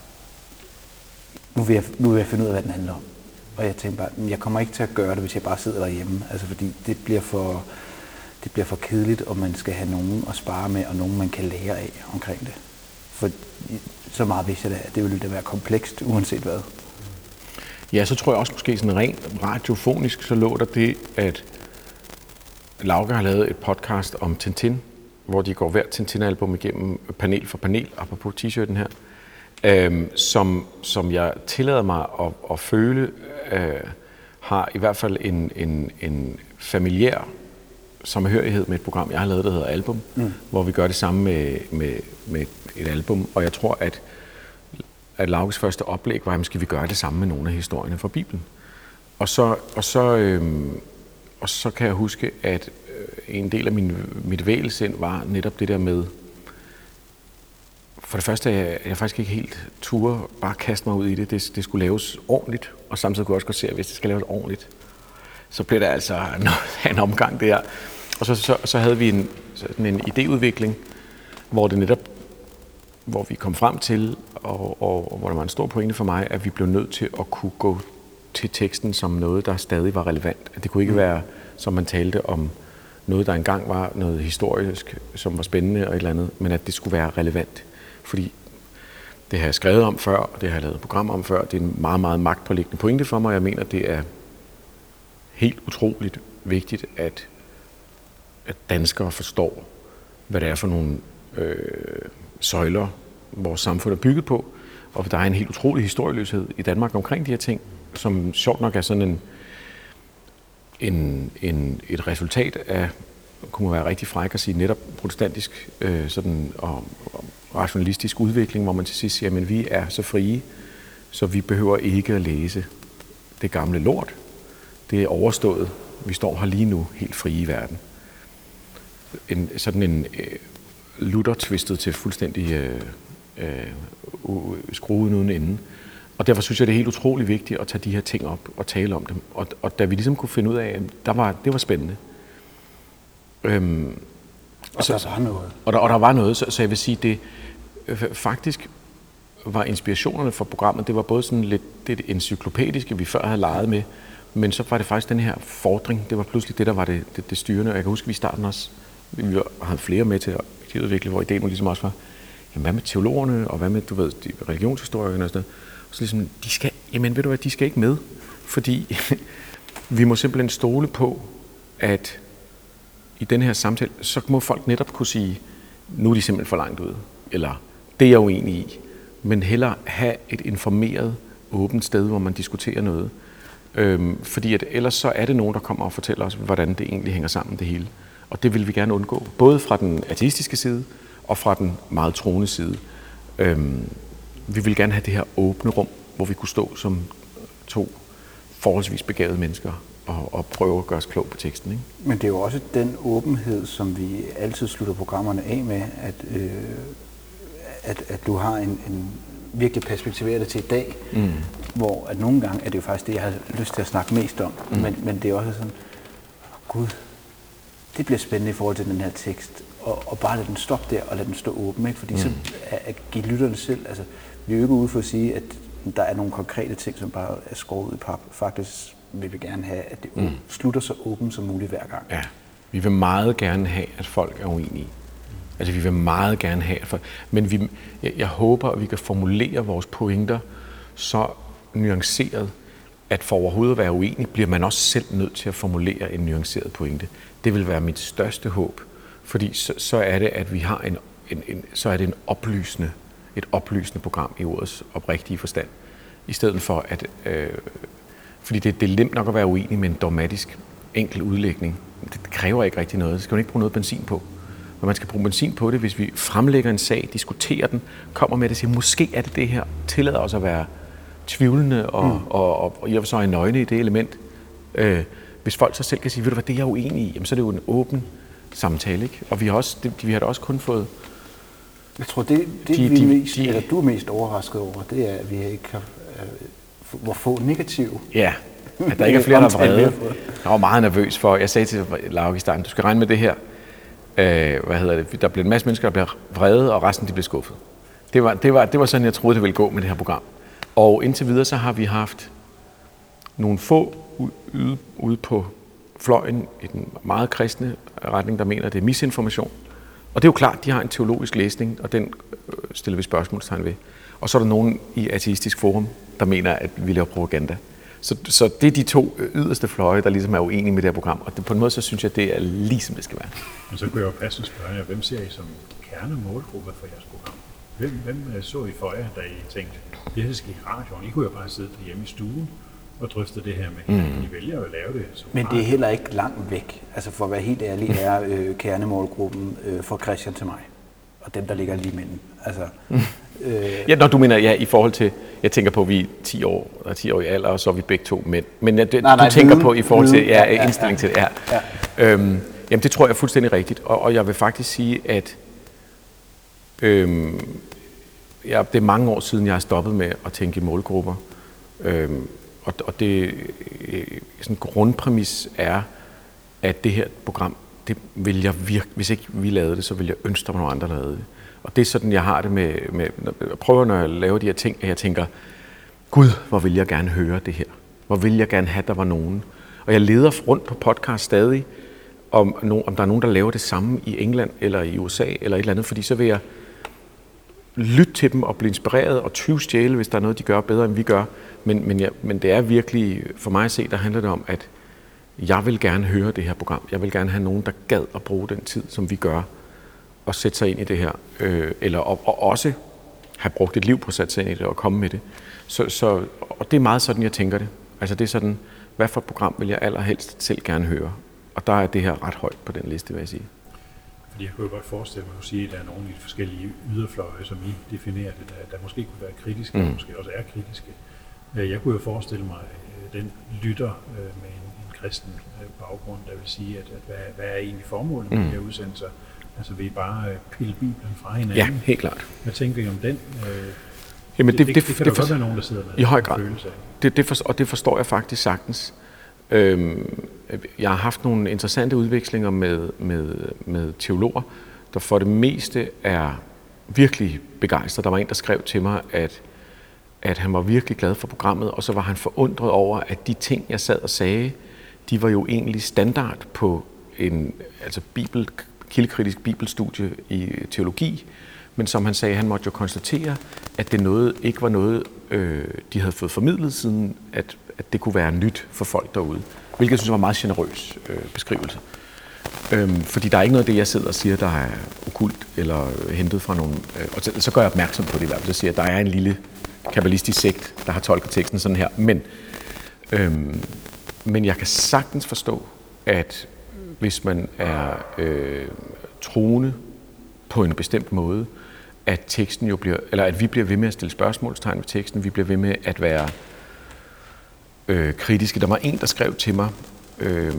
nu vil, jeg, nu vil jeg finde ud af, hvad den handler om. Og jeg tænkte bare, jeg kommer ikke til at gøre det, hvis jeg bare sidder derhjemme. Altså fordi det bliver for, det bliver for kedeligt, og man skal have nogen at spare med, og nogen man kan lære af omkring det. For så meget vidste jeg da, at det ville da være komplekst, uanset hvad. Ja, så tror jeg også måske sådan rent radiofonisk, så lå der det, at Lauge har lavet et podcast om Tintin, hvor de går hvert Tintin-album igennem panel for panel, apropos t-shirten her, øhm, som, som jeg tillader mig at, at føle, øh, har i hvert fald en, en, en familiær samhørighed med et program, jeg har lavet, der hedder Album, mm. hvor vi gør det samme med, med, med et album, og jeg tror, at at Lauges første oplæg var, at skal vi gøre det samme med nogle af historierne fra Bibelen. Og så, og så, øhm, og så kan jeg huske, at øh, en del af min, mit vægelsind var netop det der med, for det første, jeg, jeg faktisk ikke helt turde bare kaste mig ud i det. det. Det skulle laves ordentligt, og samtidig kunne jeg også godt se, at hvis det skal laves ordentligt, så bliver der altså en omgang der. Og så, så, så havde vi en, sådan en idéudvikling, hvor det netop hvor vi kom frem til, og, og, og hvor der var en stor pointe for mig, at vi blev nødt til at kunne gå til teksten som noget, der stadig var relevant. At det kunne ikke være, som man talte om, noget, der engang var noget historisk, som var spændende og et eller andet, men at det skulle være relevant. Fordi det har jeg skrevet om før, og det har jeg lavet et program om før, det er en meget, meget magtpåliggende pointe for mig, og jeg mener, det er helt utroligt vigtigt, at, at danskere forstår, hvad det er for nogle øh, søjler, vores samfund er bygget på, og der er en helt utrolig historieløshed i Danmark omkring de her ting, som sjovt nok er sådan en, en, en et resultat af, kunne man være rigtig fræk at sige, netop protestantisk øh, sådan, og, og rationalistisk udvikling, hvor man til sidst siger, at vi er så frie, så vi behøver ikke at læse det gamle lort. Det er overstået. Vi står her lige nu helt frie i verden. En, sådan en øh, Luther-twistet til fuldstændig øh, øh, skruen uden ende. Og derfor synes jeg, det er helt utrolig vigtigt at tage de her ting op og tale om dem. Og, og da vi ligesom kunne finde ud af, at der var, det var spændende. Øhm, og så, der var noget. Og der, og der var noget, så, så jeg vil sige, det øh, faktisk var inspirationerne for programmet, det var både sådan lidt det encyklopædiske, vi før havde leget med, men så var det faktisk den her fordring, det var pludselig det, der var det, det, det styrende. Og jeg kan huske, vi i starten også, vi havde flere med til at udvikle, hvor ideen ligesom også var, jamen hvad med teologerne, og hvad med, du ved, de religionshistorikerne og sådan noget. Og så ligesom, de skal, jamen ved du hvad, de skal ikke med, fordi vi må simpelthen stole på, at i den her samtale, så må folk netop kunne sige, nu er de simpelthen for langt ude, eller det er jeg uenig i, men hellere have et informeret, åbent sted, hvor man diskuterer noget. Øhm, fordi at ellers så er det nogen, der kommer og fortæller os, hvordan det egentlig hænger sammen, det hele. Og det vil vi gerne undgå, både fra den ateistiske side, og fra den meget troende side. Øhm, vi vil gerne have det her åbne rum, hvor vi kunne stå som to forholdsvis begavede mennesker, og, og prøve at gøre os klog på teksten. Ikke? Men det er jo også den åbenhed, som vi altid slutter programmerne af med, at, øh, at, at du har en, en virkelig perspektiveret det til i dag, mm. hvor at nogle gange er det jo faktisk det, jeg har lyst til at snakke mest om, mm. men, men det er også sådan, gud, det bliver spændende i forhold til den her tekst, og, og bare lade den stoppe der, og lade den stå åben, ikke? Fordi mm. så at, at give lytterne selv, altså vi er jo ikke ude for at sige, at der er nogle konkrete ting, som bare er skåret ud i pap. Faktisk vil vi gerne have, at det mm. slutter så åbent som muligt hver gang. Ja, vi vil meget gerne have, at folk er uenige. Altså, vi vil meget gerne have, at folk... Men vi, jeg, jeg håber, at vi kan formulere vores pointer så nuanceret, at for overhovedet at være uenig, bliver man også selv nødt til at formulere en nuanceret pointe. Det vil være mit største håb, fordi så, så er det, at vi har en, en, en så er det en oplysende, et oplysende program i ordets oprigtige forstand, i stedet for at... Øh, fordi det, det er nemt nok at være uenig med en dogmatisk enkel udlægning. Det kræver ikke rigtig noget. Det skal man ikke bruge noget benzin på. Men man skal bruge benzin på det, hvis vi fremlægger en sag, diskuterer den, kommer med det og siger, måske er det det her, tillader os at være tvivlende og, mm. og, og, og i og for sig nøgne i det element. Øh, hvis folk så selv kan sige, ved du hvad, det er jeg uenig i, jamen, så er det jo en åben samtale, ikke? Og vi har, også, det, vi har da også kun fået... Jeg tror, det, det de, vi de, mest, de, eller du er mest overrasket over, det er, at vi ikke har... Øh, hvor få negative. Ja, at der ikke er flere, der er vrede. Jeg var meget nervøs for, jeg sagde til Laura i starten, du skal regne med det her. Øh, hvad hedder det? Der blev en masse mennesker, der blev vrede, og resten de blev skuffet. Det var, det, var, det var sådan, jeg troede, det ville gå med det her program. Og indtil videre, så har vi haft nogle få ude, ude på fløjen i den meget kristne retning, der mener, at det er misinformation. Og det er jo klart, de har en teologisk læsning, og den stiller vi spørgsmålstegn ved. Og så er der nogen i Ateistisk Forum, der mener, at vi laver propaganda. Så, så det er de to yderste fløje, der ligesom er uenige med det her program. Og det, på en måde, så synes jeg, det er lige som det skal være. Og så kunne jeg jo passende spørge jer, hvem ser I som kernemålgruppe for jeres program? Hvem, hvem så I for jer, da I tænkte, det her skal i radioen? I kunne jo bare sidde hjemme i stuen og drøfte det her med mm. I vælger jo at lave det. Som Men det er heller ikke langt væk. Altså for at være helt ærlig, er øh, kernemålgruppen øh, fra Christian til mig. Og dem, der ligger lige imellem. Altså... Mm. Ja, når du mener, ja, i forhold til, jeg tænker på, at vi er ti år, og ti år i alder, og så er vi begge to mænd. Men ja, det, nej, nej, du tænker viden, på i forhold til ja, ja, indstilling ja, ja, til det her. Ja. Øhm, jamen, det tror jeg er fuldstændig rigtigt. Og, og jeg vil faktisk sige, at øhm, ja, det er mange år siden, jeg har stoppet med at tænke i målgrupper. Øhm, og, og det sådan grundpræmis er, at det her program, det vil jeg virkelig, hvis ikke vi lavede det, så vil jeg ønske, at nogle andre lavede det. Og det er sådan, jeg har det med, med jeg prøver, når jeg laver de her ting, at jeg tænker, Gud, hvor vil jeg gerne høre det her? Hvor vil jeg gerne have, at der var nogen? Og jeg leder rundt på podcast stadig, om, om der er nogen, der laver det samme i England, eller i U S A, eller et eller andet, fordi så vil jeg lytte til dem og blive inspireret og tyvstjæle, hvis der er noget, de gør bedre, end vi gør. Men, men, jeg, men det er virkelig, for mig at se, der handler det om, at jeg vil gerne høre det her program. Jeg vil gerne have nogen, der gad at bruge den tid, som vi gør, og sætte sig ind i det her, øh, eller og, og også have brugt et liv på at sætte sig ind i det og komme med det. Så, så, og det er meget sådan, jeg tænker det. Altså det er sådan, hvad for et program vil jeg allerhelst selv gerne høre? Og der er det her ret højt på den liste, vil jeg sige. Fordi jeg kunne jo godt forestille mig at sige, at der er nogle i de forskellige yderfløje, som I definerer det, der, der måske kunne være kritiske, mm. og måske også er kritiske. Jeg kunne jo forestille mig den lytter med en, en kristen baggrund, der vil sige, at, at hvad, hvad er egentlig formålet med mm. de her udsendelser? Altså vil I bare pille Bibelen fra hinanden? Ja, helt klart. Hvad tænker I om den? Jamen, det, det, det, det kan det, der godt være nogen, der sidder med i høj grad. Følelse af. Det, det for, og det forstår jeg faktisk sagtens. Øhm, jeg har haft nogle interessante udvekslinger med, med, med teologer, der for det meste er virkelig begejstret. Der var en, der skrev til mig, at, at han var virkelig glad for programmet, og så var han forundret over, at de ting, jeg sad og sagde, de var jo egentlig standard på en altså bibel, kildekritisk bibelstudie i teologi, men som han sagde, han måtte jo konstatere, at det noget, ikke var noget, øh, de havde fået formidlet siden, at, at det kunne være nyt for folk derude. Hvilket jeg synes var en meget generøs øh, beskrivelse. Øhm, fordi der er ikke noget af det, jeg sidder og siger, der er okkult eller øh, hentet fra nogen. Øh, og så, så gør jeg opmærksom på det i hvert fald. Så siger jeg, at der er en lille kabbalistisk sekt, der har tolket teksten sådan her. Men, øhm, men jeg kan sagtens forstå, at hvis man er øh, troende på en bestemt måde, at teksten jo bliver, eller at vi bliver ved med at stille spørgsmålstegn ved teksten, vi bliver ved med at være øh, kritiske. Der var en, der skrev til mig, øh,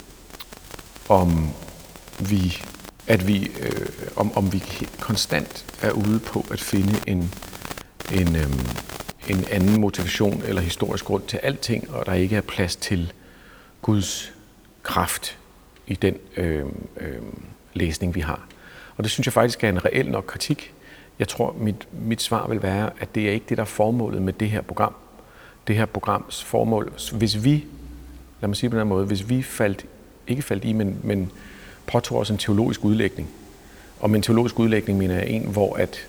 om vi, at vi, øh, om, om vi konstant er ude på at finde en, en, øh, en anden motivation eller historisk grund til alting, og der ikke er plads til Guds kraft i den øh, øh, læsning, vi har. Og det synes jeg faktisk er en reel nok kritik. Jeg tror, mit, mit svar vil være, at det er ikke det, der er formålet med det her program. Det her programs formål, hvis vi, lad mig sige på den måde, hvis vi faldt, ikke faldt i, men, men påtog os en teologisk udlægning. Og med en teologisk udlægning mener jeg en, hvor at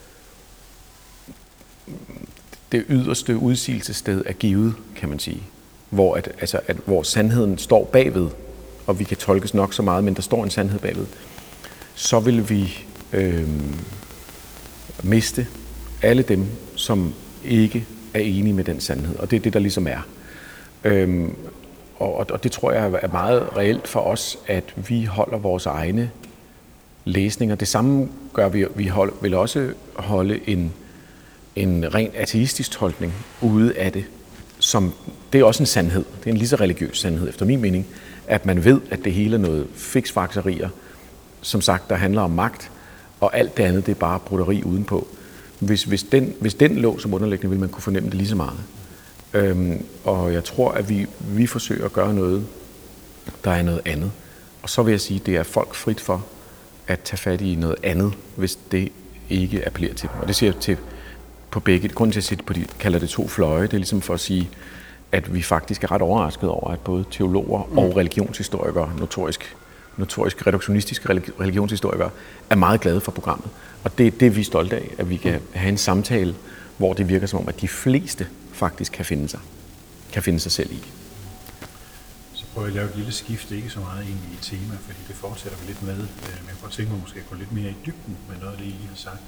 det yderste udsigelsessted er givet, kan man sige. Hvor, at, altså, at, hvor sandheden står bagved, og vi kan tolkes nok så meget, men der står en sandhed bagved, så vil vi øh, miste alle dem, som ikke er enige med den sandhed. Og det er det, der ligesom er. Øhm, og, og det tror jeg er meget reelt for os, at vi holder vores egne læsninger. Det samme gør vi, vi hold, vil også holde en, en ren ateistisk tolkning ude af det. Som, det er også en sandhed. Det er en lige så religiøs sandhed, efter min mening, at man ved, at det hele er noget fiksfakserier, som sagt, der handler om magt, og alt det andet, det er bare broderi udenpå. Hvis, hvis, den, hvis den lå som underliggende, vil man kunne fornemme det lige så meget. Øhm, og jeg tror, at vi, vi forsøger at gøre noget, der er noget andet. Og så vil jeg sige, at det er folk frit for at tage fat i noget andet, hvis det ikke appellerer til dem. Og det siger jeg til på begge. Grunden til at sige, på de kalder det to fløje, det er ligesom for at sige, at vi faktisk er ret overrasket over, at både teologer mm. og religionshistorikere, notorisk, notorisk reduktionistiske religionshistorikere, er meget glade for programmet. Og det er det, vi er stolte af, at vi kan have en samtale, hvor det virker som om, at de fleste faktisk kan finde sig, kan finde sig selv i. Så prøver jeg at lave et lille skifte, ikke så meget ind i et tema, fordi det fortsætter vi lidt med. Men jeg kunne tænke mig måske at gå lidt mere i dybden med noget af det, I lige har sagt.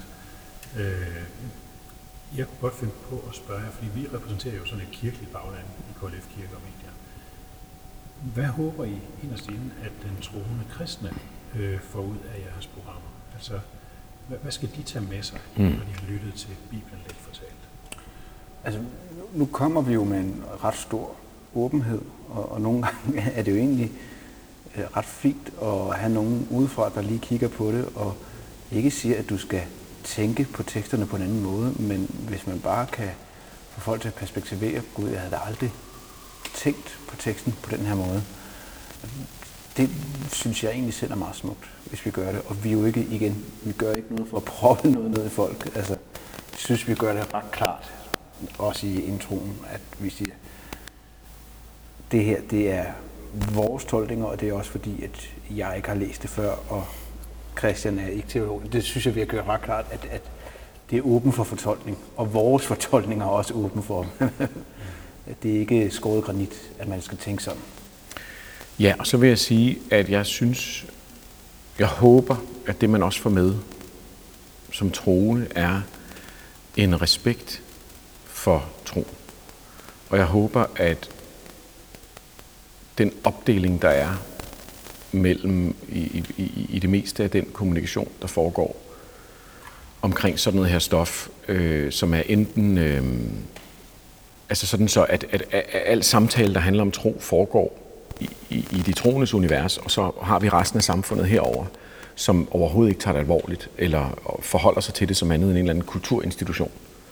Jeg kunne godt finde på at spørge jer, fordi vi repræsenterer jo sådan et kirkeligt bagland i K L F Kirke og Medier. Hvad håber I inderst inde, at den troende kristne øh, får ud af jeres programmer? Altså, hvad, hvad skal de tage med sig, mm. når de har lyttet til Bibelen lidt fortalt? Altså, nu kommer vi jo med en ret stor åbenhed, og, og nogle gange er det jo egentlig øh, ret fint at have nogen udefra, der lige kigger på det, og ikke siger, at du skal tænke på teksterne på en anden måde, men hvis man bare kan få folk til at perspektivere, gud, jeg havde da aldrig tænkt på teksten på den her måde. Det synes jeg egentlig selv er meget smukt, hvis vi gør det. Og vi er jo ikke, igen, vi gør ikke noget for at proppe noget ned i folk. Altså, jeg synes, vi gør det ret klart, også i introen, at vi siger, det her, det er vores tolkninger, og det er også fordi, at jeg ikke har læst det før, og Christian er ikke teolog. Det synes jeg, vi har gjort ret klart, at, at det er åben for fortolkning, og vores fortolkning er også åben for det er ikke skåret granit, at man skal tænke sådan. Ja, og så vil jeg sige, at jeg synes, jeg håber, at det man også får med som troende er en respekt for tro. Og jeg håber, at den opdeling, der er mellem i, i, i det meste af den kommunikation, der foregår omkring sådan noget her stof, øh, som er enten øh, altså sådan så, at, at, at, at al samtale, der handler om tro, foregår i, i, i de troendes univers, og så har vi resten af samfundet herover, som overhovedet ikke tager det alvorligt, eller forholder sig til det som andet end en eller anden kulturinstitution.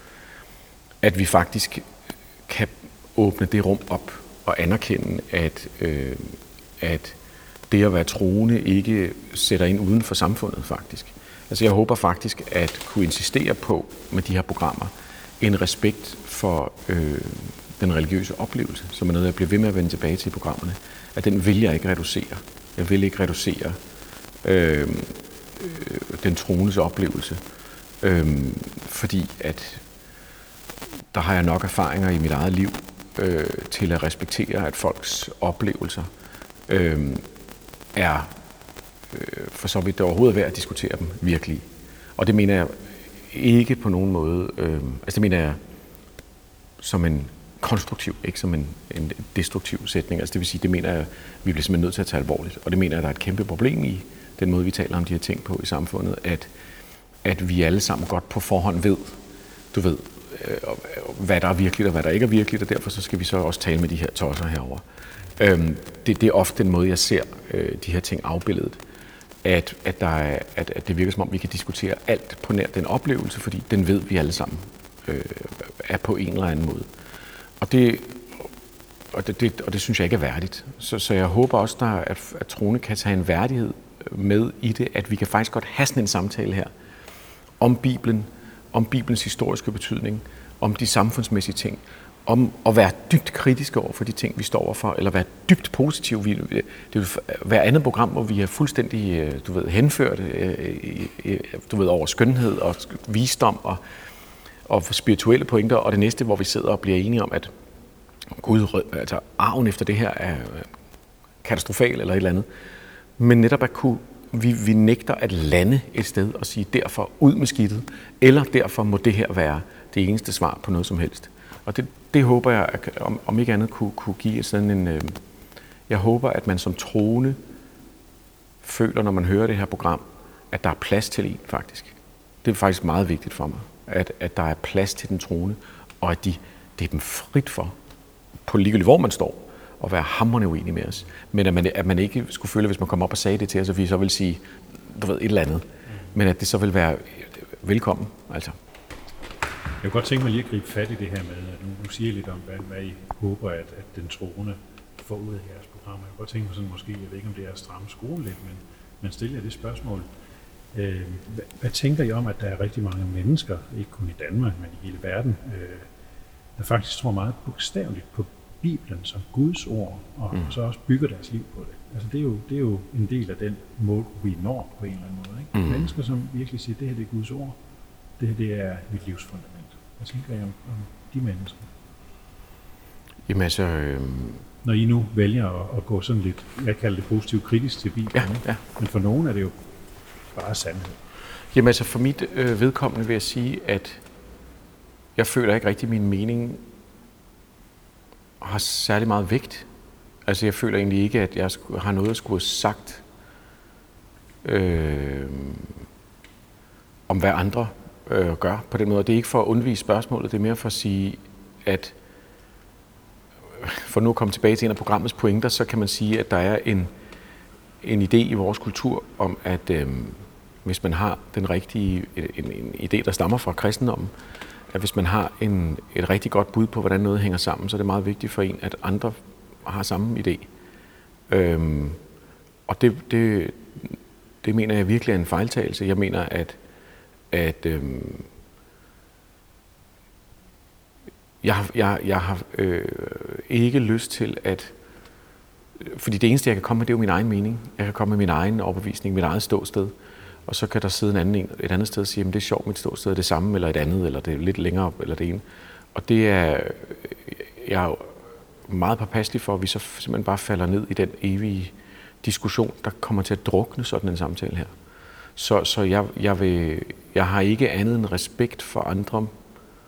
At vi faktisk kan åbne det rum op og anerkende, at, øh, at det at være troende ikke sætter ind uden for samfundet faktisk. Altså jeg håber faktisk at kunne insistere på med de her programmer en respekt for øh, den religiøse oplevelse, som er noget, jeg bliver ved med at vende tilbage til i programmerne, at den vil jeg ikke reducere. Jeg vil ikke reducere øh, øh, den troendes oplevelse, øh, fordi at der har jeg nok erfaringer i mit eget liv øh, til at respektere, at folks oplevelser øh, er øh, for så vidt det overhovedet værd at diskutere dem virkelig. Og det mener jeg ikke på nogen måde, øh, altså det mener jeg som en konstruktiv, ikke som en, en destruktiv sætning. Altså det vil sige, det mener jeg, vi bliver simpelthen nødt til at tage alvorligt. Og det mener jeg, der er et kæmpe problem i den måde, vi taler om de her ting på i samfundet, at, at vi alle sammen godt på forhånd ved, du ved, øh, hvad der er virkeligt og hvad der ikke er virkeligt, og derfor så skal vi så også tale med de her tosser herover. Øhm, det, det er ofte den måde, jeg ser øh, de her ting afbilledet, at, at, der er, at, at det virker som om, vi kan diskutere alt på nær den oplevelse, fordi den ved vi alle sammen øh, er på en eller anden måde. Og det, og det, det, og det synes jeg ikke er værdigt. Så, så jeg håber også, der, at, at troende kan tage en værdighed med i det, at vi kan faktisk godt have sådan en samtale her om Bibelen, om Bibelens historiske betydning, om de samfundsmæssige ting, om at være dybt kritiske over for de ting, vi står overfor, eller være dybt positive. Det vil være andet program, hvor vi er fuldstændig, du ved, henført, du ved, over skønhed og visdom og, og spirituelle pointer, og det næste, hvor vi sidder og bliver enige om, at Gud, altså arven efter det her er katastrofal eller et eller andet. Men netop at kunne, vi, vi nægter at lande et sted og sige, derfor ud med skidtet, eller derfor må det her være det eneste svar på noget som helst. Og det, det håber jeg, at, om, om ikke andet, kunne, kunne give sådan en... Øh, jeg håber, at man som troende føler, når man hører det her program, at der er plads til en, faktisk. Det er faktisk meget vigtigt for mig, at, at der er plads til den troende, og at de, det er dem frit for, på ligegyldigt hvor man står, at være hamrende uenig med os. Men at man, at man ikke skulle føle, hvis man kommer op og sagde det til os, at vi så vil sige, du ved, et eller andet. Men at det så vil være velkommen, altså. Jeg kunne godt tænke mig lige at gribe fat i det her med, at nu, nu siger I lidt om, hvad, hvad I håber, at, at den troende får ud af jeres programmer. Jeg kunne godt tænke mig sådan måske, jeg ved ikke om det er at stramme skruen lidt, men, men stille jer det spørgsmål. Øh, hvad, hvad tænker I om, at der er rigtig mange mennesker, ikke kun i Danmark, men i hele verden, øh, der faktisk tror meget bogstaveligt på Bibelen som Guds ord, og mm. så også bygger deres liv på det. Altså det er jo, det er jo en del af den mål, vi når på en eller anden måde. Ikke? Mm. Mennesker, som virkelig siger, det her det er Guds ord, det her det er mit livsfundament. Hvad tænker I om, om de mennesker? Jamen altså... Øh... Når I nu vælger at, at gå sådan lidt, jeg kalder det positivt kritisk til Bibelen, ja, ja. Men for nogen er det jo bare sandhed. Jamen altså for mit øh, vedkommende vil jeg sige, at jeg føler ikke rigtig, at min mening har særlig meget vægt. Altså jeg føler egentlig ikke, at jeg har noget at skulle have sagt øh, om hvad andre øh, gør på den måde. Det er ikke for at undvige spørgsmålet, det er mere for at sige, at for nu at komme tilbage til en af programmets pointer, så kan man sige, at der er en, en idé i vores kultur om, at øh, hvis man har den rigtige, en, en idé, der stammer fra kristendommen, at hvis man har en, et rigtig godt bud på, hvordan noget hænger sammen, så er det meget vigtigt for en, at andre har samme idé. Øhm, og det, det, det mener jeg virkelig er en fejltagelse. Jeg mener, at, at øhm, jeg, jeg, jeg har øh, ikke lyst til at... Fordi det eneste, jeg kan komme med, det er jo min egen mening. Jeg kan komme med min egen overbevisning, mit eget ståsted. Og så kan der sidde en anden, et andet sted og sige, at det er sjovt, mit ståsted er det samme, eller et andet, eller det er lidt længere, eller det ene. Og det er... Jeg er meget påpasselig for, at vi så simpelthen bare falder ned i den evige diskussion, der kommer til at drukne sådan en samtale her. Så, så jeg, jeg, vil, jeg har ikke andet end respekt for andre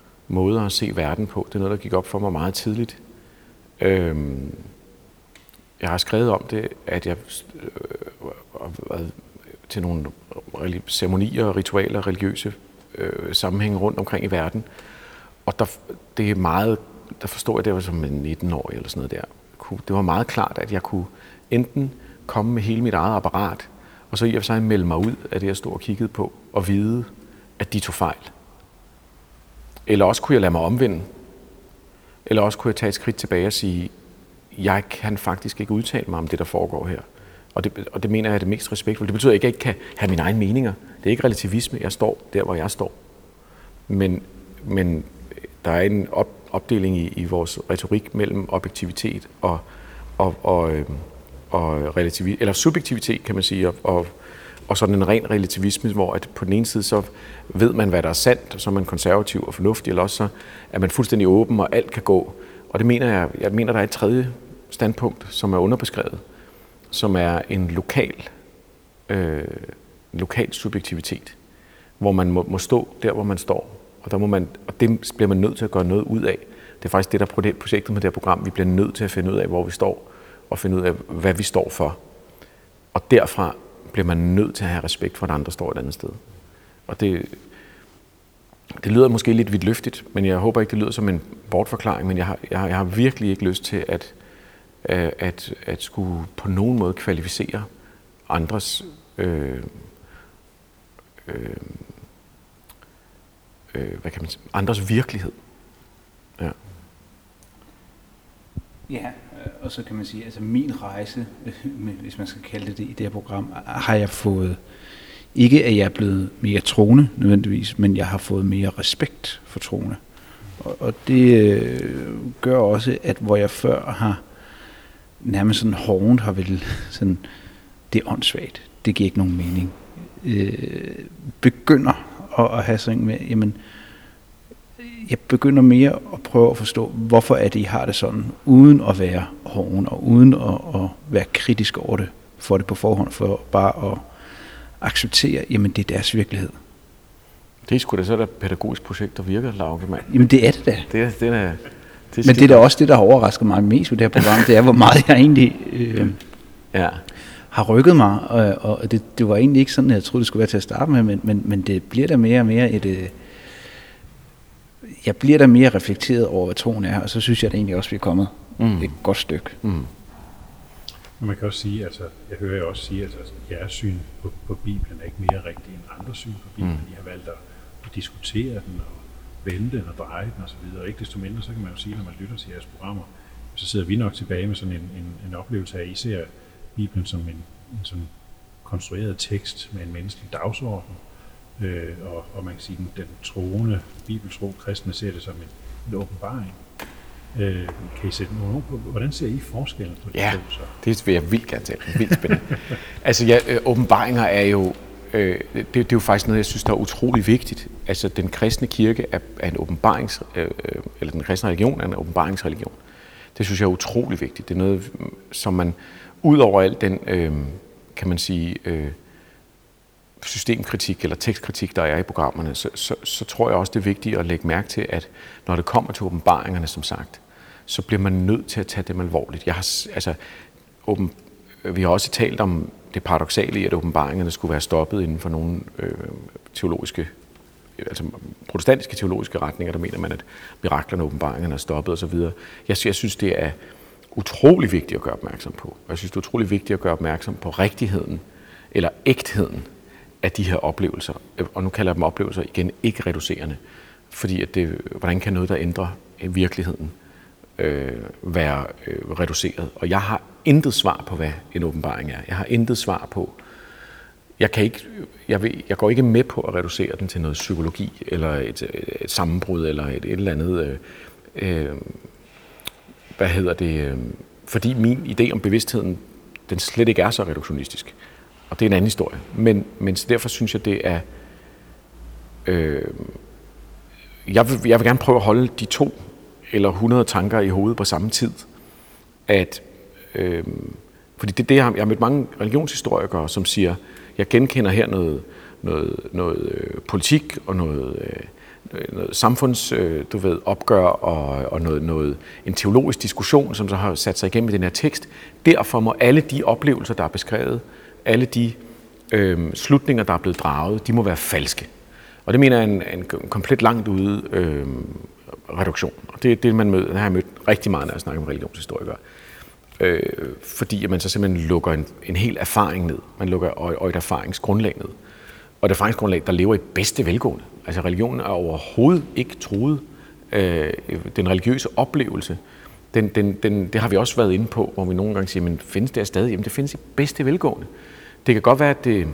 måder at se verden på. Det er noget, der gik op for mig meget tidligt. Øhm, jeg har skrevet om det, at jeg øh, har været til nogle ceremonier og ritualer, religiøse øh, sammenhænge rundt omkring i verden. Og der, det er meget, der forstår jeg, det var som nitten-årig eller sådan noget der. Det var meget klart, at jeg kunne enten komme med hele mit eget apparat, og så i og for sig melde mig ud af det, jeg stod og kiggede på, og vide, at de tog fejl. Eller også kunne jeg lade mig omvende. Eller også kunne jeg tage et skridt tilbage og sige, jeg kan faktisk ikke udtale mig om det, der foregår her. Og det, og det mener jeg er det mest respektfulde. Det betyder ikke, at jeg ikke kan have mine egne meninger. Det er ikke relativisme. Jeg står der, hvor jeg står. Men, men der er en op, opdeling i, i vores retorik mellem objektivitet og, og, og, øh, og relativitet, eller subjektivitet, kan man sige, og, og, og sådan en ren relativisme, hvor at på den ene side så ved man, hvad der er sandt, og så er man konservativ og fornuftig, eller også så er man fuldstændig åben, og alt kan gå. Og det mener jeg, jeg mener, der er et tredje standpunkt, som er underbeskrevet, som er en lokal, øh, lokal subjektivitet, hvor man må, må stå der, hvor man står, og, der må man, og det bliver man nødt til at gøre noget ud af. Det er faktisk det, der er projektet med det her program. Vi bliver nødt til at finde ud af, hvor vi står, og finde ud af, hvad vi står for. Og derfra bliver man nødt til at have respekt for, at andre står et andet sted. Og det, det lyder måske lidt vidtløftigt, men jeg håber ikke, det lyder som en bortforklaring, men jeg har, jeg har, jeg har virkelig ikke lyst til at, at, at skulle på nogen måde kvalificere andres øh, øh, øh, hvad kan man sige, andres virkelighed. Ja. Ja, og så kan man sige, altså min rejse, hvis man skal kalde det det i det her program, har jeg fået, ikke at jeg er blevet mere troende nødvendigvis, men jeg har fået mere respekt for troende. Og, og det øh, gør også, at hvor jeg før har nærmest sådan hårdt har vel sådan, det er åndssvagt, det giver ikke nogen mening, øh, begynder at, at have sådan med, jamen, jeg begynder mere at prøve at forstå, hvorfor er det, I har det sådan, uden at være hården, og uden at, at være kritisk over det, for det på forhånd, for bare at acceptere, jamen det er deres virkelighed. Det er sgu da så et pædagogisk projekt, der virker, Lauke, mand. Jamen det er det da. Det er, det er, det er Men det er da også det, der har overrasket mig mest ved det her program, det er, hvor meget jeg egentlig øh, ja. har rykket mig, og, og det, det var egentlig ikke sådan, jeg troede, det skulle være til at starte med, men, men, men det bliver da mere og mere et... Øh, jeg bliver da mere reflekteret over, hvad troen er, og så synes jeg, at det egentlig også, vi er kommet mm. et godt stykke. Mm. Og man kan også sige, altså, jeg hører jo også sige, at altså, jeres syn på, på Bibelen er ikke mere rigtig end andre syn på Bibelen. Mm. I har valgt at, at diskutere den, og vende den, og dreje den osv. Og ikke desto mindre, så kan man jo sige, når man lytter til jeres programmer, så sidder vi nok tilbage med sådan en, en, en oplevelse af, at I ser Bibelen som en, en sådan konstrueret tekst med en menneskelig dagsorden. Øh, og, og man kan sige, den, den troende, bibeltro kristne ser det som en, en åbenbaring. Øh, kan I sætte nogle ord på, hvordan ser I forskellen på de ja, to så? Det vil jeg vildt gerne tale. Vildt spændende. altså ja, øh, åbenbaringer er jo, øh, det, det er jo faktisk noget, jeg synes, der er utrolig vigtigt. Altså den kristne kirke er, er en åbenbarings, øh, eller den kristne religion er en åbenbaringsreligion. Det synes jeg er utrolig vigtigt. Det er noget, som man, ud over alt den, øh, kan man sige, øh, systemkritik eller tekstkritik, der er i programmerne, så, så, så tror jeg også, det er vigtigt at lægge mærke til, at når det kommer til åbenbaringerne, som sagt, så bliver man nødt til at tage dem alvorligt. Jeg har, altså, åben, vi har også talt om det paradoksale i, at åbenbaringerne skulle være stoppet inden for nogle øh, teologiske, altså protestantiske teologiske retninger, der mener man, at miraklerne og åbenbaringerne er stoppet osv. Jeg, jeg synes, det er utrolig vigtigt at gøre opmærksom på. Jeg synes, det er utrolig vigtigt at gøre opmærksom på rigtigheden eller ægtheden af de her oplevelser, og nu kalder jeg dem oplevelser igen, ikke reducerende, fordi at det, hvordan kan noget, der ændrer virkeligheden, øh, være øh, reduceret? Og jeg har intet svar på, hvad en åbenbaring er. Jeg har intet svar på, jeg, kan ikke, jeg, ved, jeg går ikke med på at reducere den til noget psykologi, eller et, et sammenbrud, eller et, et eller andet, øh, øh, hvad hedder det, øh, fordi min idé om bevidstheden, den slet ikke er så reduktionistisk. Og det er en anden historie. Men, men derfor synes jeg, det er... Øh, jeg, vil, jeg vil gerne prøve at holde de to eller hundrede tanker i hovedet på samme tid. At, øh, fordi det er det, jeg har, jeg har mødt mange religionshistorikere, som siger, jeg genkender her noget, noget, noget øh, politik og noget, øh, noget samfunds, øh, du ved, opgør og, og noget, noget, en teologisk diskussion, som så har sat sig igennem i den her tekst. Derfor må alle de oplevelser, der er beskrevet, alle de øh, slutninger, der er blevet draget, de må være falske. Og det mener jeg er en, en komplet langt ude øh, reduktion. Og det er det, man møder, det har jeg mødt rigtig meget, når jeg snakker med religionshistorikere. Øh, fordi at man så simpelthen lukker en, en hel erfaring ned. Man lukker og, og et erfaringsgrundlag ned. Og et erfaringsgrundlag, der lever i bedste velgående. Altså religionen er overhovedet ikke truet. Øh, den religiøse oplevelse, den, den, den, det har vi også været inde på, hvor vi nogle gange siger, men findes det stadig? Jamen det findes i bedste velgående. Det kan godt være, at det,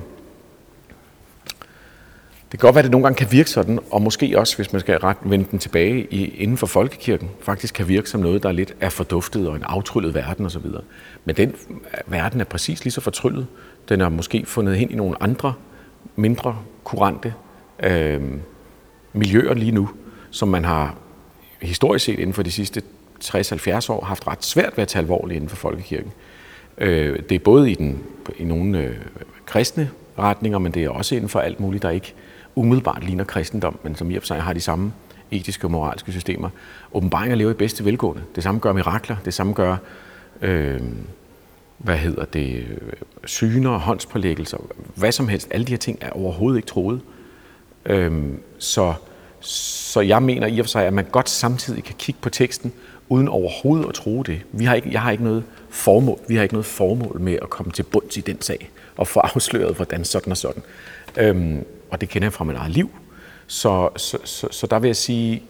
det kan godt være, at det nogle gange kan virke sådan, og måske også, hvis man skal ret vende den tilbage i, inden for folkekirken, faktisk kan virke som noget, der er lidt er forduftet og en aftryllet verden osv. Men den verden er præcis lige så fortryllet. Den er måske fundet hen i nogle andre, mindre kurante øh, miljøer lige nu, som man har historisk set inden for de sidste tres til halvfjerds år haft ret svært ved at tage alvorligt inden for folkekirken. Øh, det er både i, den, i nogle øh, kristne retninger, men det er også inden for alt muligt, der ikke umiddelbart ligner kristendom, men som i og for sig har de samme etiske og moralske systemer. Åbenbaringer lever i bedste velgående. Det samme gør mirakler, det samme gør øh, hvad hedder det, syner, håndspålæggelser, hvad som helst. Alle de her ting er overhovedet ikke troet. Øhm, så, så jeg mener i og for sig, at man godt samtidig kan kigge på teksten, uden overhovedet at tro det. Vi har ikke, jeg har ikke noget formål, vi har ikke noget formål med at komme til bunds i den sag, og få afsløret, hvordan sådan og sådan. Øhm, og det kender jeg fra mit eget liv. Så, så, så, så der vil jeg sige,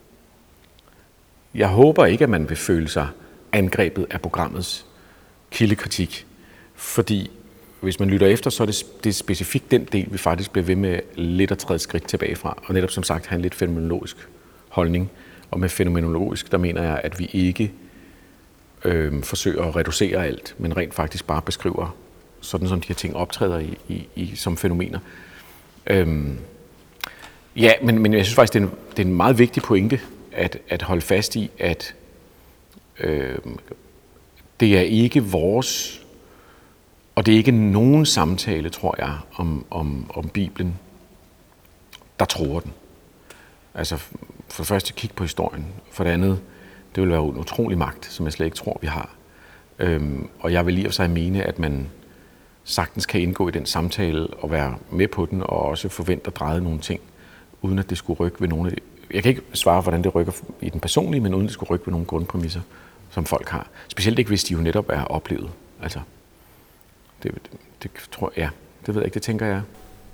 jeg håber ikke, at man vil føle sig angrebet af programmets kildekritik, fordi hvis man lytter efter, så er det, det er specifikt den del, vi faktisk bliver ved med lidt at træde skridt tilbage fra, og netop som sagt have en lidt fænomenologisk holdning. Og med fænomenologisk, der mener jeg, at vi ikke øh, forsøger at reducere alt, men rent faktisk bare beskriver, sådan som de her ting optræder i, i, i, som fænomener. Øhm, ja, men, men jeg synes faktisk, det er en, det er en meget vigtig pointe, at, at holde fast i, at øh, det er ikke vores, og det er ikke nogen samtale, tror jeg, om, om, om Bibelen, der tror den. Altså for det første kig på historien, for det andet, det vil være en utrolig magt, som jeg slet ikke tror, vi har. Øhm, og jeg vil lige og sig mene, at man sagtens kan indgå i den samtale og være med på den, og også forvente at dreje nogle ting, uden at det skulle rykke ved nogle af de. Jeg kan ikke svare, hvordan det rykker i den personlige, men uden at det skulle rykke ved nogle grundpræmisser, som folk har. Specielt ikke, hvis de jo netop er oplevet. Altså, det, det, det tror jeg, ja, det ved jeg ikke, det tænker jeg.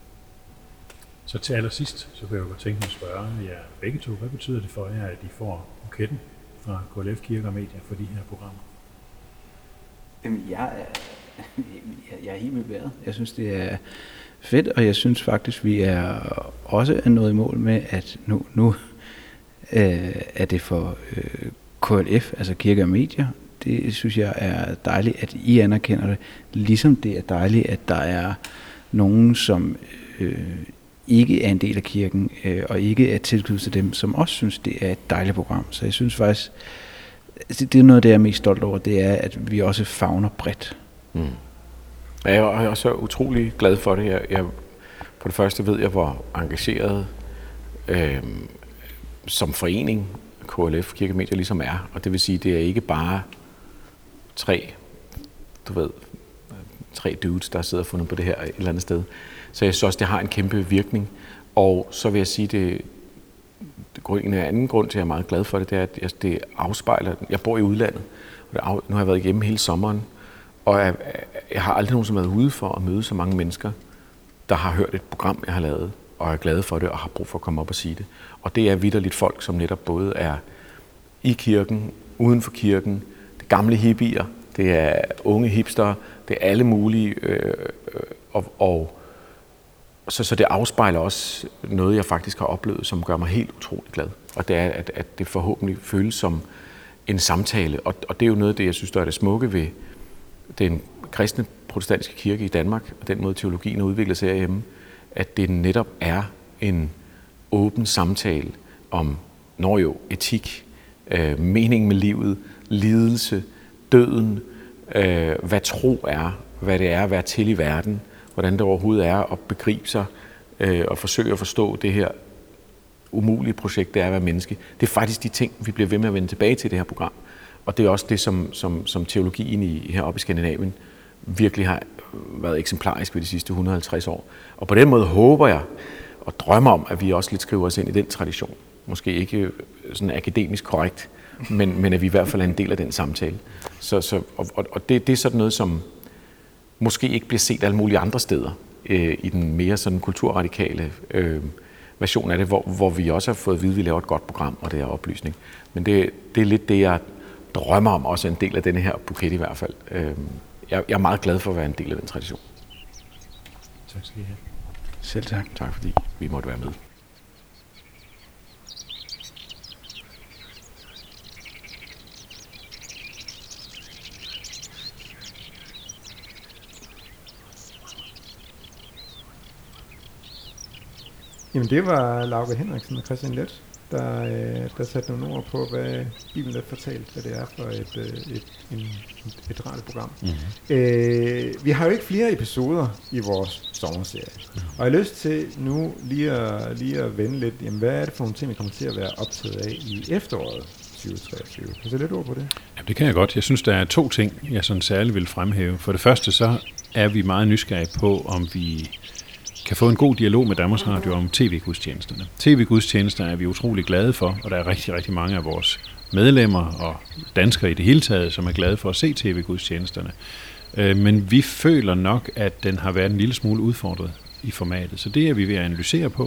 Så til allersidst, så vil jeg godt tænke mig at spørge jer begge to, hvad betyder det for jer, at I får buketten fra K L F Kirke og Medier for de her programmer? Jamen, jeg er, jeg er helt med vejret. Jeg synes, det er fedt, og jeg synes faktisk, vi er også nået i mål med, at nu, nu øh, er det for øh, K L F, altså Kirke og Medier. Det synes jeg er dejligt, at I anerkender det. Ligesom det er dejligt, at der er nogen, som øh, ikke er en del af kirken, øh, og ikke er tilknyttet til dem, som også synes, det er et dejligt program. Så jeg synes faktisk, det er noget, det jeg er mest stolt over, det er, at vi også favner bredt. Mm. Jeg er også utrolig glad for det. Jeg, jeg, på det første ved jeg, hvor engageret øh, som forening K L F Kirke og Medier ligesom er. Og det vil sige, det er ikke bare tre, du ved, tre dudes, der sidder og fundet på det her et eller andet sted. Så jeg synes også, det har en kæmpe virkning. Og så vil jeg sige, det, det en anden grund til, at jeg er meget glad for det, det er, at det afspejler. Jeg bor i udlandet, og det af, nu har jeg været hjemme hele sommeren, og jeg, jeg har aldrig nogensinde været ude for at møde så mange mennesker, der har hørt et program, jeg har lavet, og er glade for det, og har brug for at komme op og sige det. Og det er vitterligt folk, som netop både er i kirken, uden for kirken, det gamle hippier, det er unge hipster, det er alle mulige, øh, og, og så, så det afspejler også noget, jeg faktisk har oplevet, som gør mig helt utrolig glad. Og det er, at, at det forhåbentlig føles som en samtale. Og, og det er jo noget af det, jeg synes, der er det smukke ved den kristne protestantiske kirke i Danmark, og den måde teologien har udviklet sig herhjemme, at det netop er en åben samtale om, når jo, etik, øh, mening med livet, lidelse, døden, øh, hvad tro er, hvad det er at være til i verden, hvordan det overhovedet er at begribe sig øh, og forsøge at forstå det her umulige projekt det er at være menneske. Det er faktisk de ting, vi bliver ved med at vende tilbage til i det her program. Og det er også det, som, som, som teologien i, heroppe i Skandinavien virkelig har været eksemplarisk ved de sidste et hundrede og halvtreds år. Og på den måde håber jeg og drømmer om, at vi også lidt skriver os ind i den tradition. Måske ikke sådan akademisk korrekt, men, men at vi i hvert fald er en del af den samtale. Så, så, og og det, det er sådan noget, som måske ikke bliver set alle mulige andre steder øh, i den mere sådan kulturradikale øh, version af det, hvor, hvor vi også har fået at vide, at vi laver et godt program, og det er oplysning. Men det, det er lidt det, jeg drømmer om, også en del af denne her buket i hvert fald. Øh, jeg, jeg er meget glad for at være en del af den tradition. Tak skal I have. Selv tak. Tak fordi vi måtte være med. Jamen det var Lauke Henriksen og Christian Leth, der, øh, der satte nogle ord på, hvad Bibelen har fortalt, hvad det er for et, øh, et, en, et radioprogram. Mm-hmm. Øh, vi har jo ikke flere episoder i vores sommerserie, mm-hmm. og jeg har lyst til nu lige at, lige at vende lidt, jamen, hvad er det for nogle ting, vi kommer til at være optaget af i efteråret tyve treogtyve? Kan du sætte lidt ord på det? Ja, det kan jeg godt. Jeg synes, der er to ting, jeg sådan særligt vil fremhæve. For det første, så er vi meget nysgerrige på, om vi kan få en god dialog med Danmarks Radio om tv-gudstjenesterne. tv-gudstjenester er vi utrolig glade for, og der er rigtig, rigtig mange af vores medlemmer og danskere i det hele taget, som er glade for at se tv-gudstjenesterne. Men vi føler nok, at den har været en lille smule udfordret i formatet, så det er vi ved at analysere på,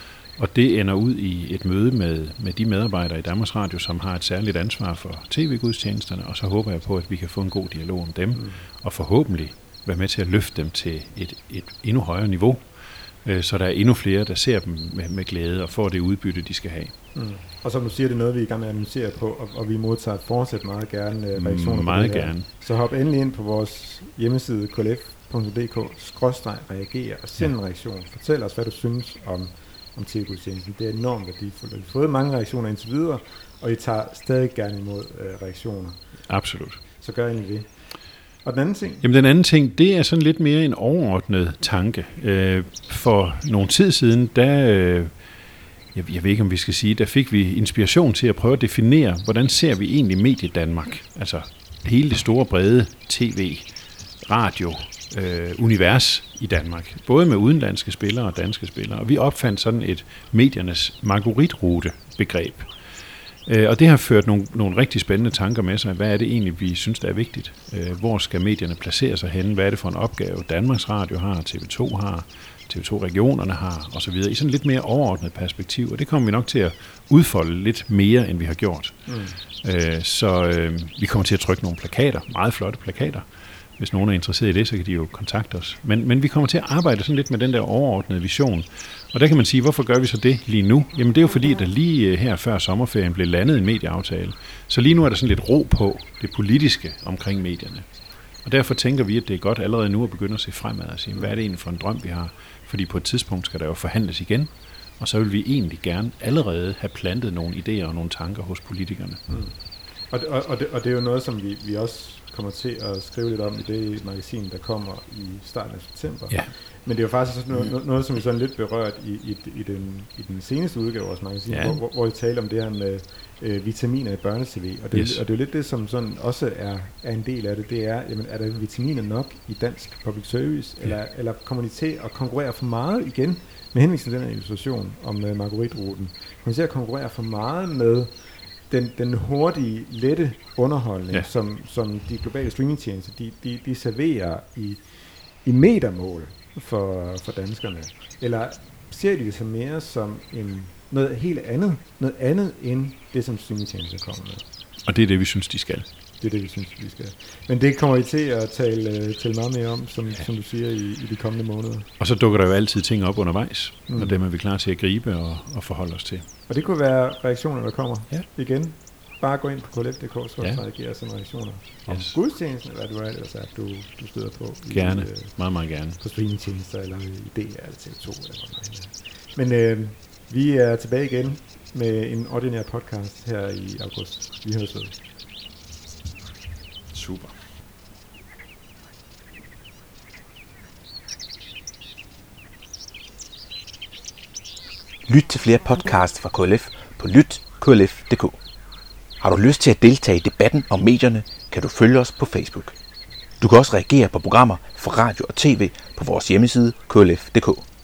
og det ender ud i et møde med, med de medarbejdere i Danmarks Radio, som har et særligt ansvar for tv-gudstjenesterne, og så håber jeg på, at vi kan få en god dialog om dem, mm. og forhåbentlig være med til at løfte dem til et, et endnu højere niveau, så der er endnu flere, der ser dem med, med glæde og får det udbytte, de skal have. Mm. Og som du siger, det er noget, vi er i gang med at analysere på, og, og vi modtager fortsat meget gerne uh, reaktioner mm, meget på det her. gerne. Så hop endelig ind på vores hjemmeside k l f punktum d k skråstreg reagere og send en reaktion. Fortæl os, hvad du synes om, om tv-gudstjenesten. Det er enormt værdifuldt. Vi har fået mange reaktioner indtil videre, og I tager stadig gerne imod uh, reaktioner. Absolut. Så gør endelig det. Og den anden ting? Jamen den anden ting, det er sådan lidt mere en overordnet tanke. Øh, for nogle tid siden, der, øh, jeg, jeg ved ikke om vi skal sige, der fik vi inspiration til at prøve at definere, hvordan ser vi egentlig Medie Danmark? Altså hele det store brede tv, radio, øh, univers i Danmark. Både med udenlandske spillere og danske spillere. Og vi opfandt sådan et mediernes margueritrute-begreb. Og det har ført nogle, nogle rigtig spændende tanker med sig. Hvad er det egentlig, vi synes, der er vigtigt? Hvor skal medierne placere sig henne? Hvad er det for en opgave, Danmarks Radio har, T V to har, T V to-regionerne har, osv. I sådan lidt mere overordnet perspektiv. Og det kommer vi nok til at udfolde lidt mere, end vi har gjort. Mm. Så vi kommer til at trykke nogle plakater, meget flotte plakater. Hvis nogen er interesseret i det, så kan de jo kontakte os. Men, men vi kommer til at arbejde sådan lidt med den der overordnede vision. Og der kan man sige, hvorfor gør vi så det lige nu? Jamen det er jo fordi, at der lige her før sommerferien blev landet en medieaftale. Så lige nu er der sådan lidt ro på det politiske omkring medierne. Og derfor tænker vi, at det er godt allerede nu at begynde at se fremad og sige, hvad er det egentlig for en drøm, vi har? Fordi på et tidspunkt skal der jo forhandles igen. Og så vil vi egentlig gerne allerede have plantet nogle idéer og nogle tanker hos politikerne. Mm. Og, og, og, det, og det er jo noget, som vi, vi også kommer til at skrive lidt om i det magasin, der kommer i starten af september. Ja. Men det er jo faktisk noget, noget som vi sådan lidt berørt i, i, i, den, i den seneste udgave af vores magasin, ja. hvor, hvor, hvor vi taler om det her med øh, vitaminer i børne-tv. Og det, yes. og det er jo lidt det, som sådan også er, er en del af det. Det er, jamen, er der vitaminer nok i dansk public service, ja. eller, eller kommer de til at konkurrere for meget igen, med henvisning til den her illustration om uh, margueritruten, kommer de til at konkurrere for meget med Den, den hurtige, lette underholdning, ja. som, som de globale streamingtjenester, de, de, de serverer i, i metermål for, for danskerne? Eller ser de det så mere som en, noget helt andet, noget andet end det, som streamingtjenester kommer med? Og det er det, vi synes, de skal. Det er det, vi synes, vi skal. Men det kommer I til at tale, tale meget mere om, som, ja. som du siger, i, i de kommende måneder. Og så dukker der jo altid ting op undervejs, mm. og dem er vi klar til at gribe og, og forholde os til. Og det kunne være reaktioner, der kommer ja. igen. Bare gå ind på k l f punktum d k, så ja. reagerer sådan reaktioner om yes. gudstjenesten, eller hvad du er ellers er, du, du støder på. Gerne, i, øh, meget, meget gerne. På streamingtjenester, eller i D R, eller T V to, eller hvad man. Men øh, vi er tilbage igen med en ordinær podcast her i august. Vi høres ved. Super. Lyt til flere podcasts fra K L F på lyt punktum k l f punktum d k. Har du lyst til at deltage i debatten om medierne, kan du følge os på Facebook. Du kan også reagere på programmer fra radio og tv på vores hjemmeside k l f punktum d k.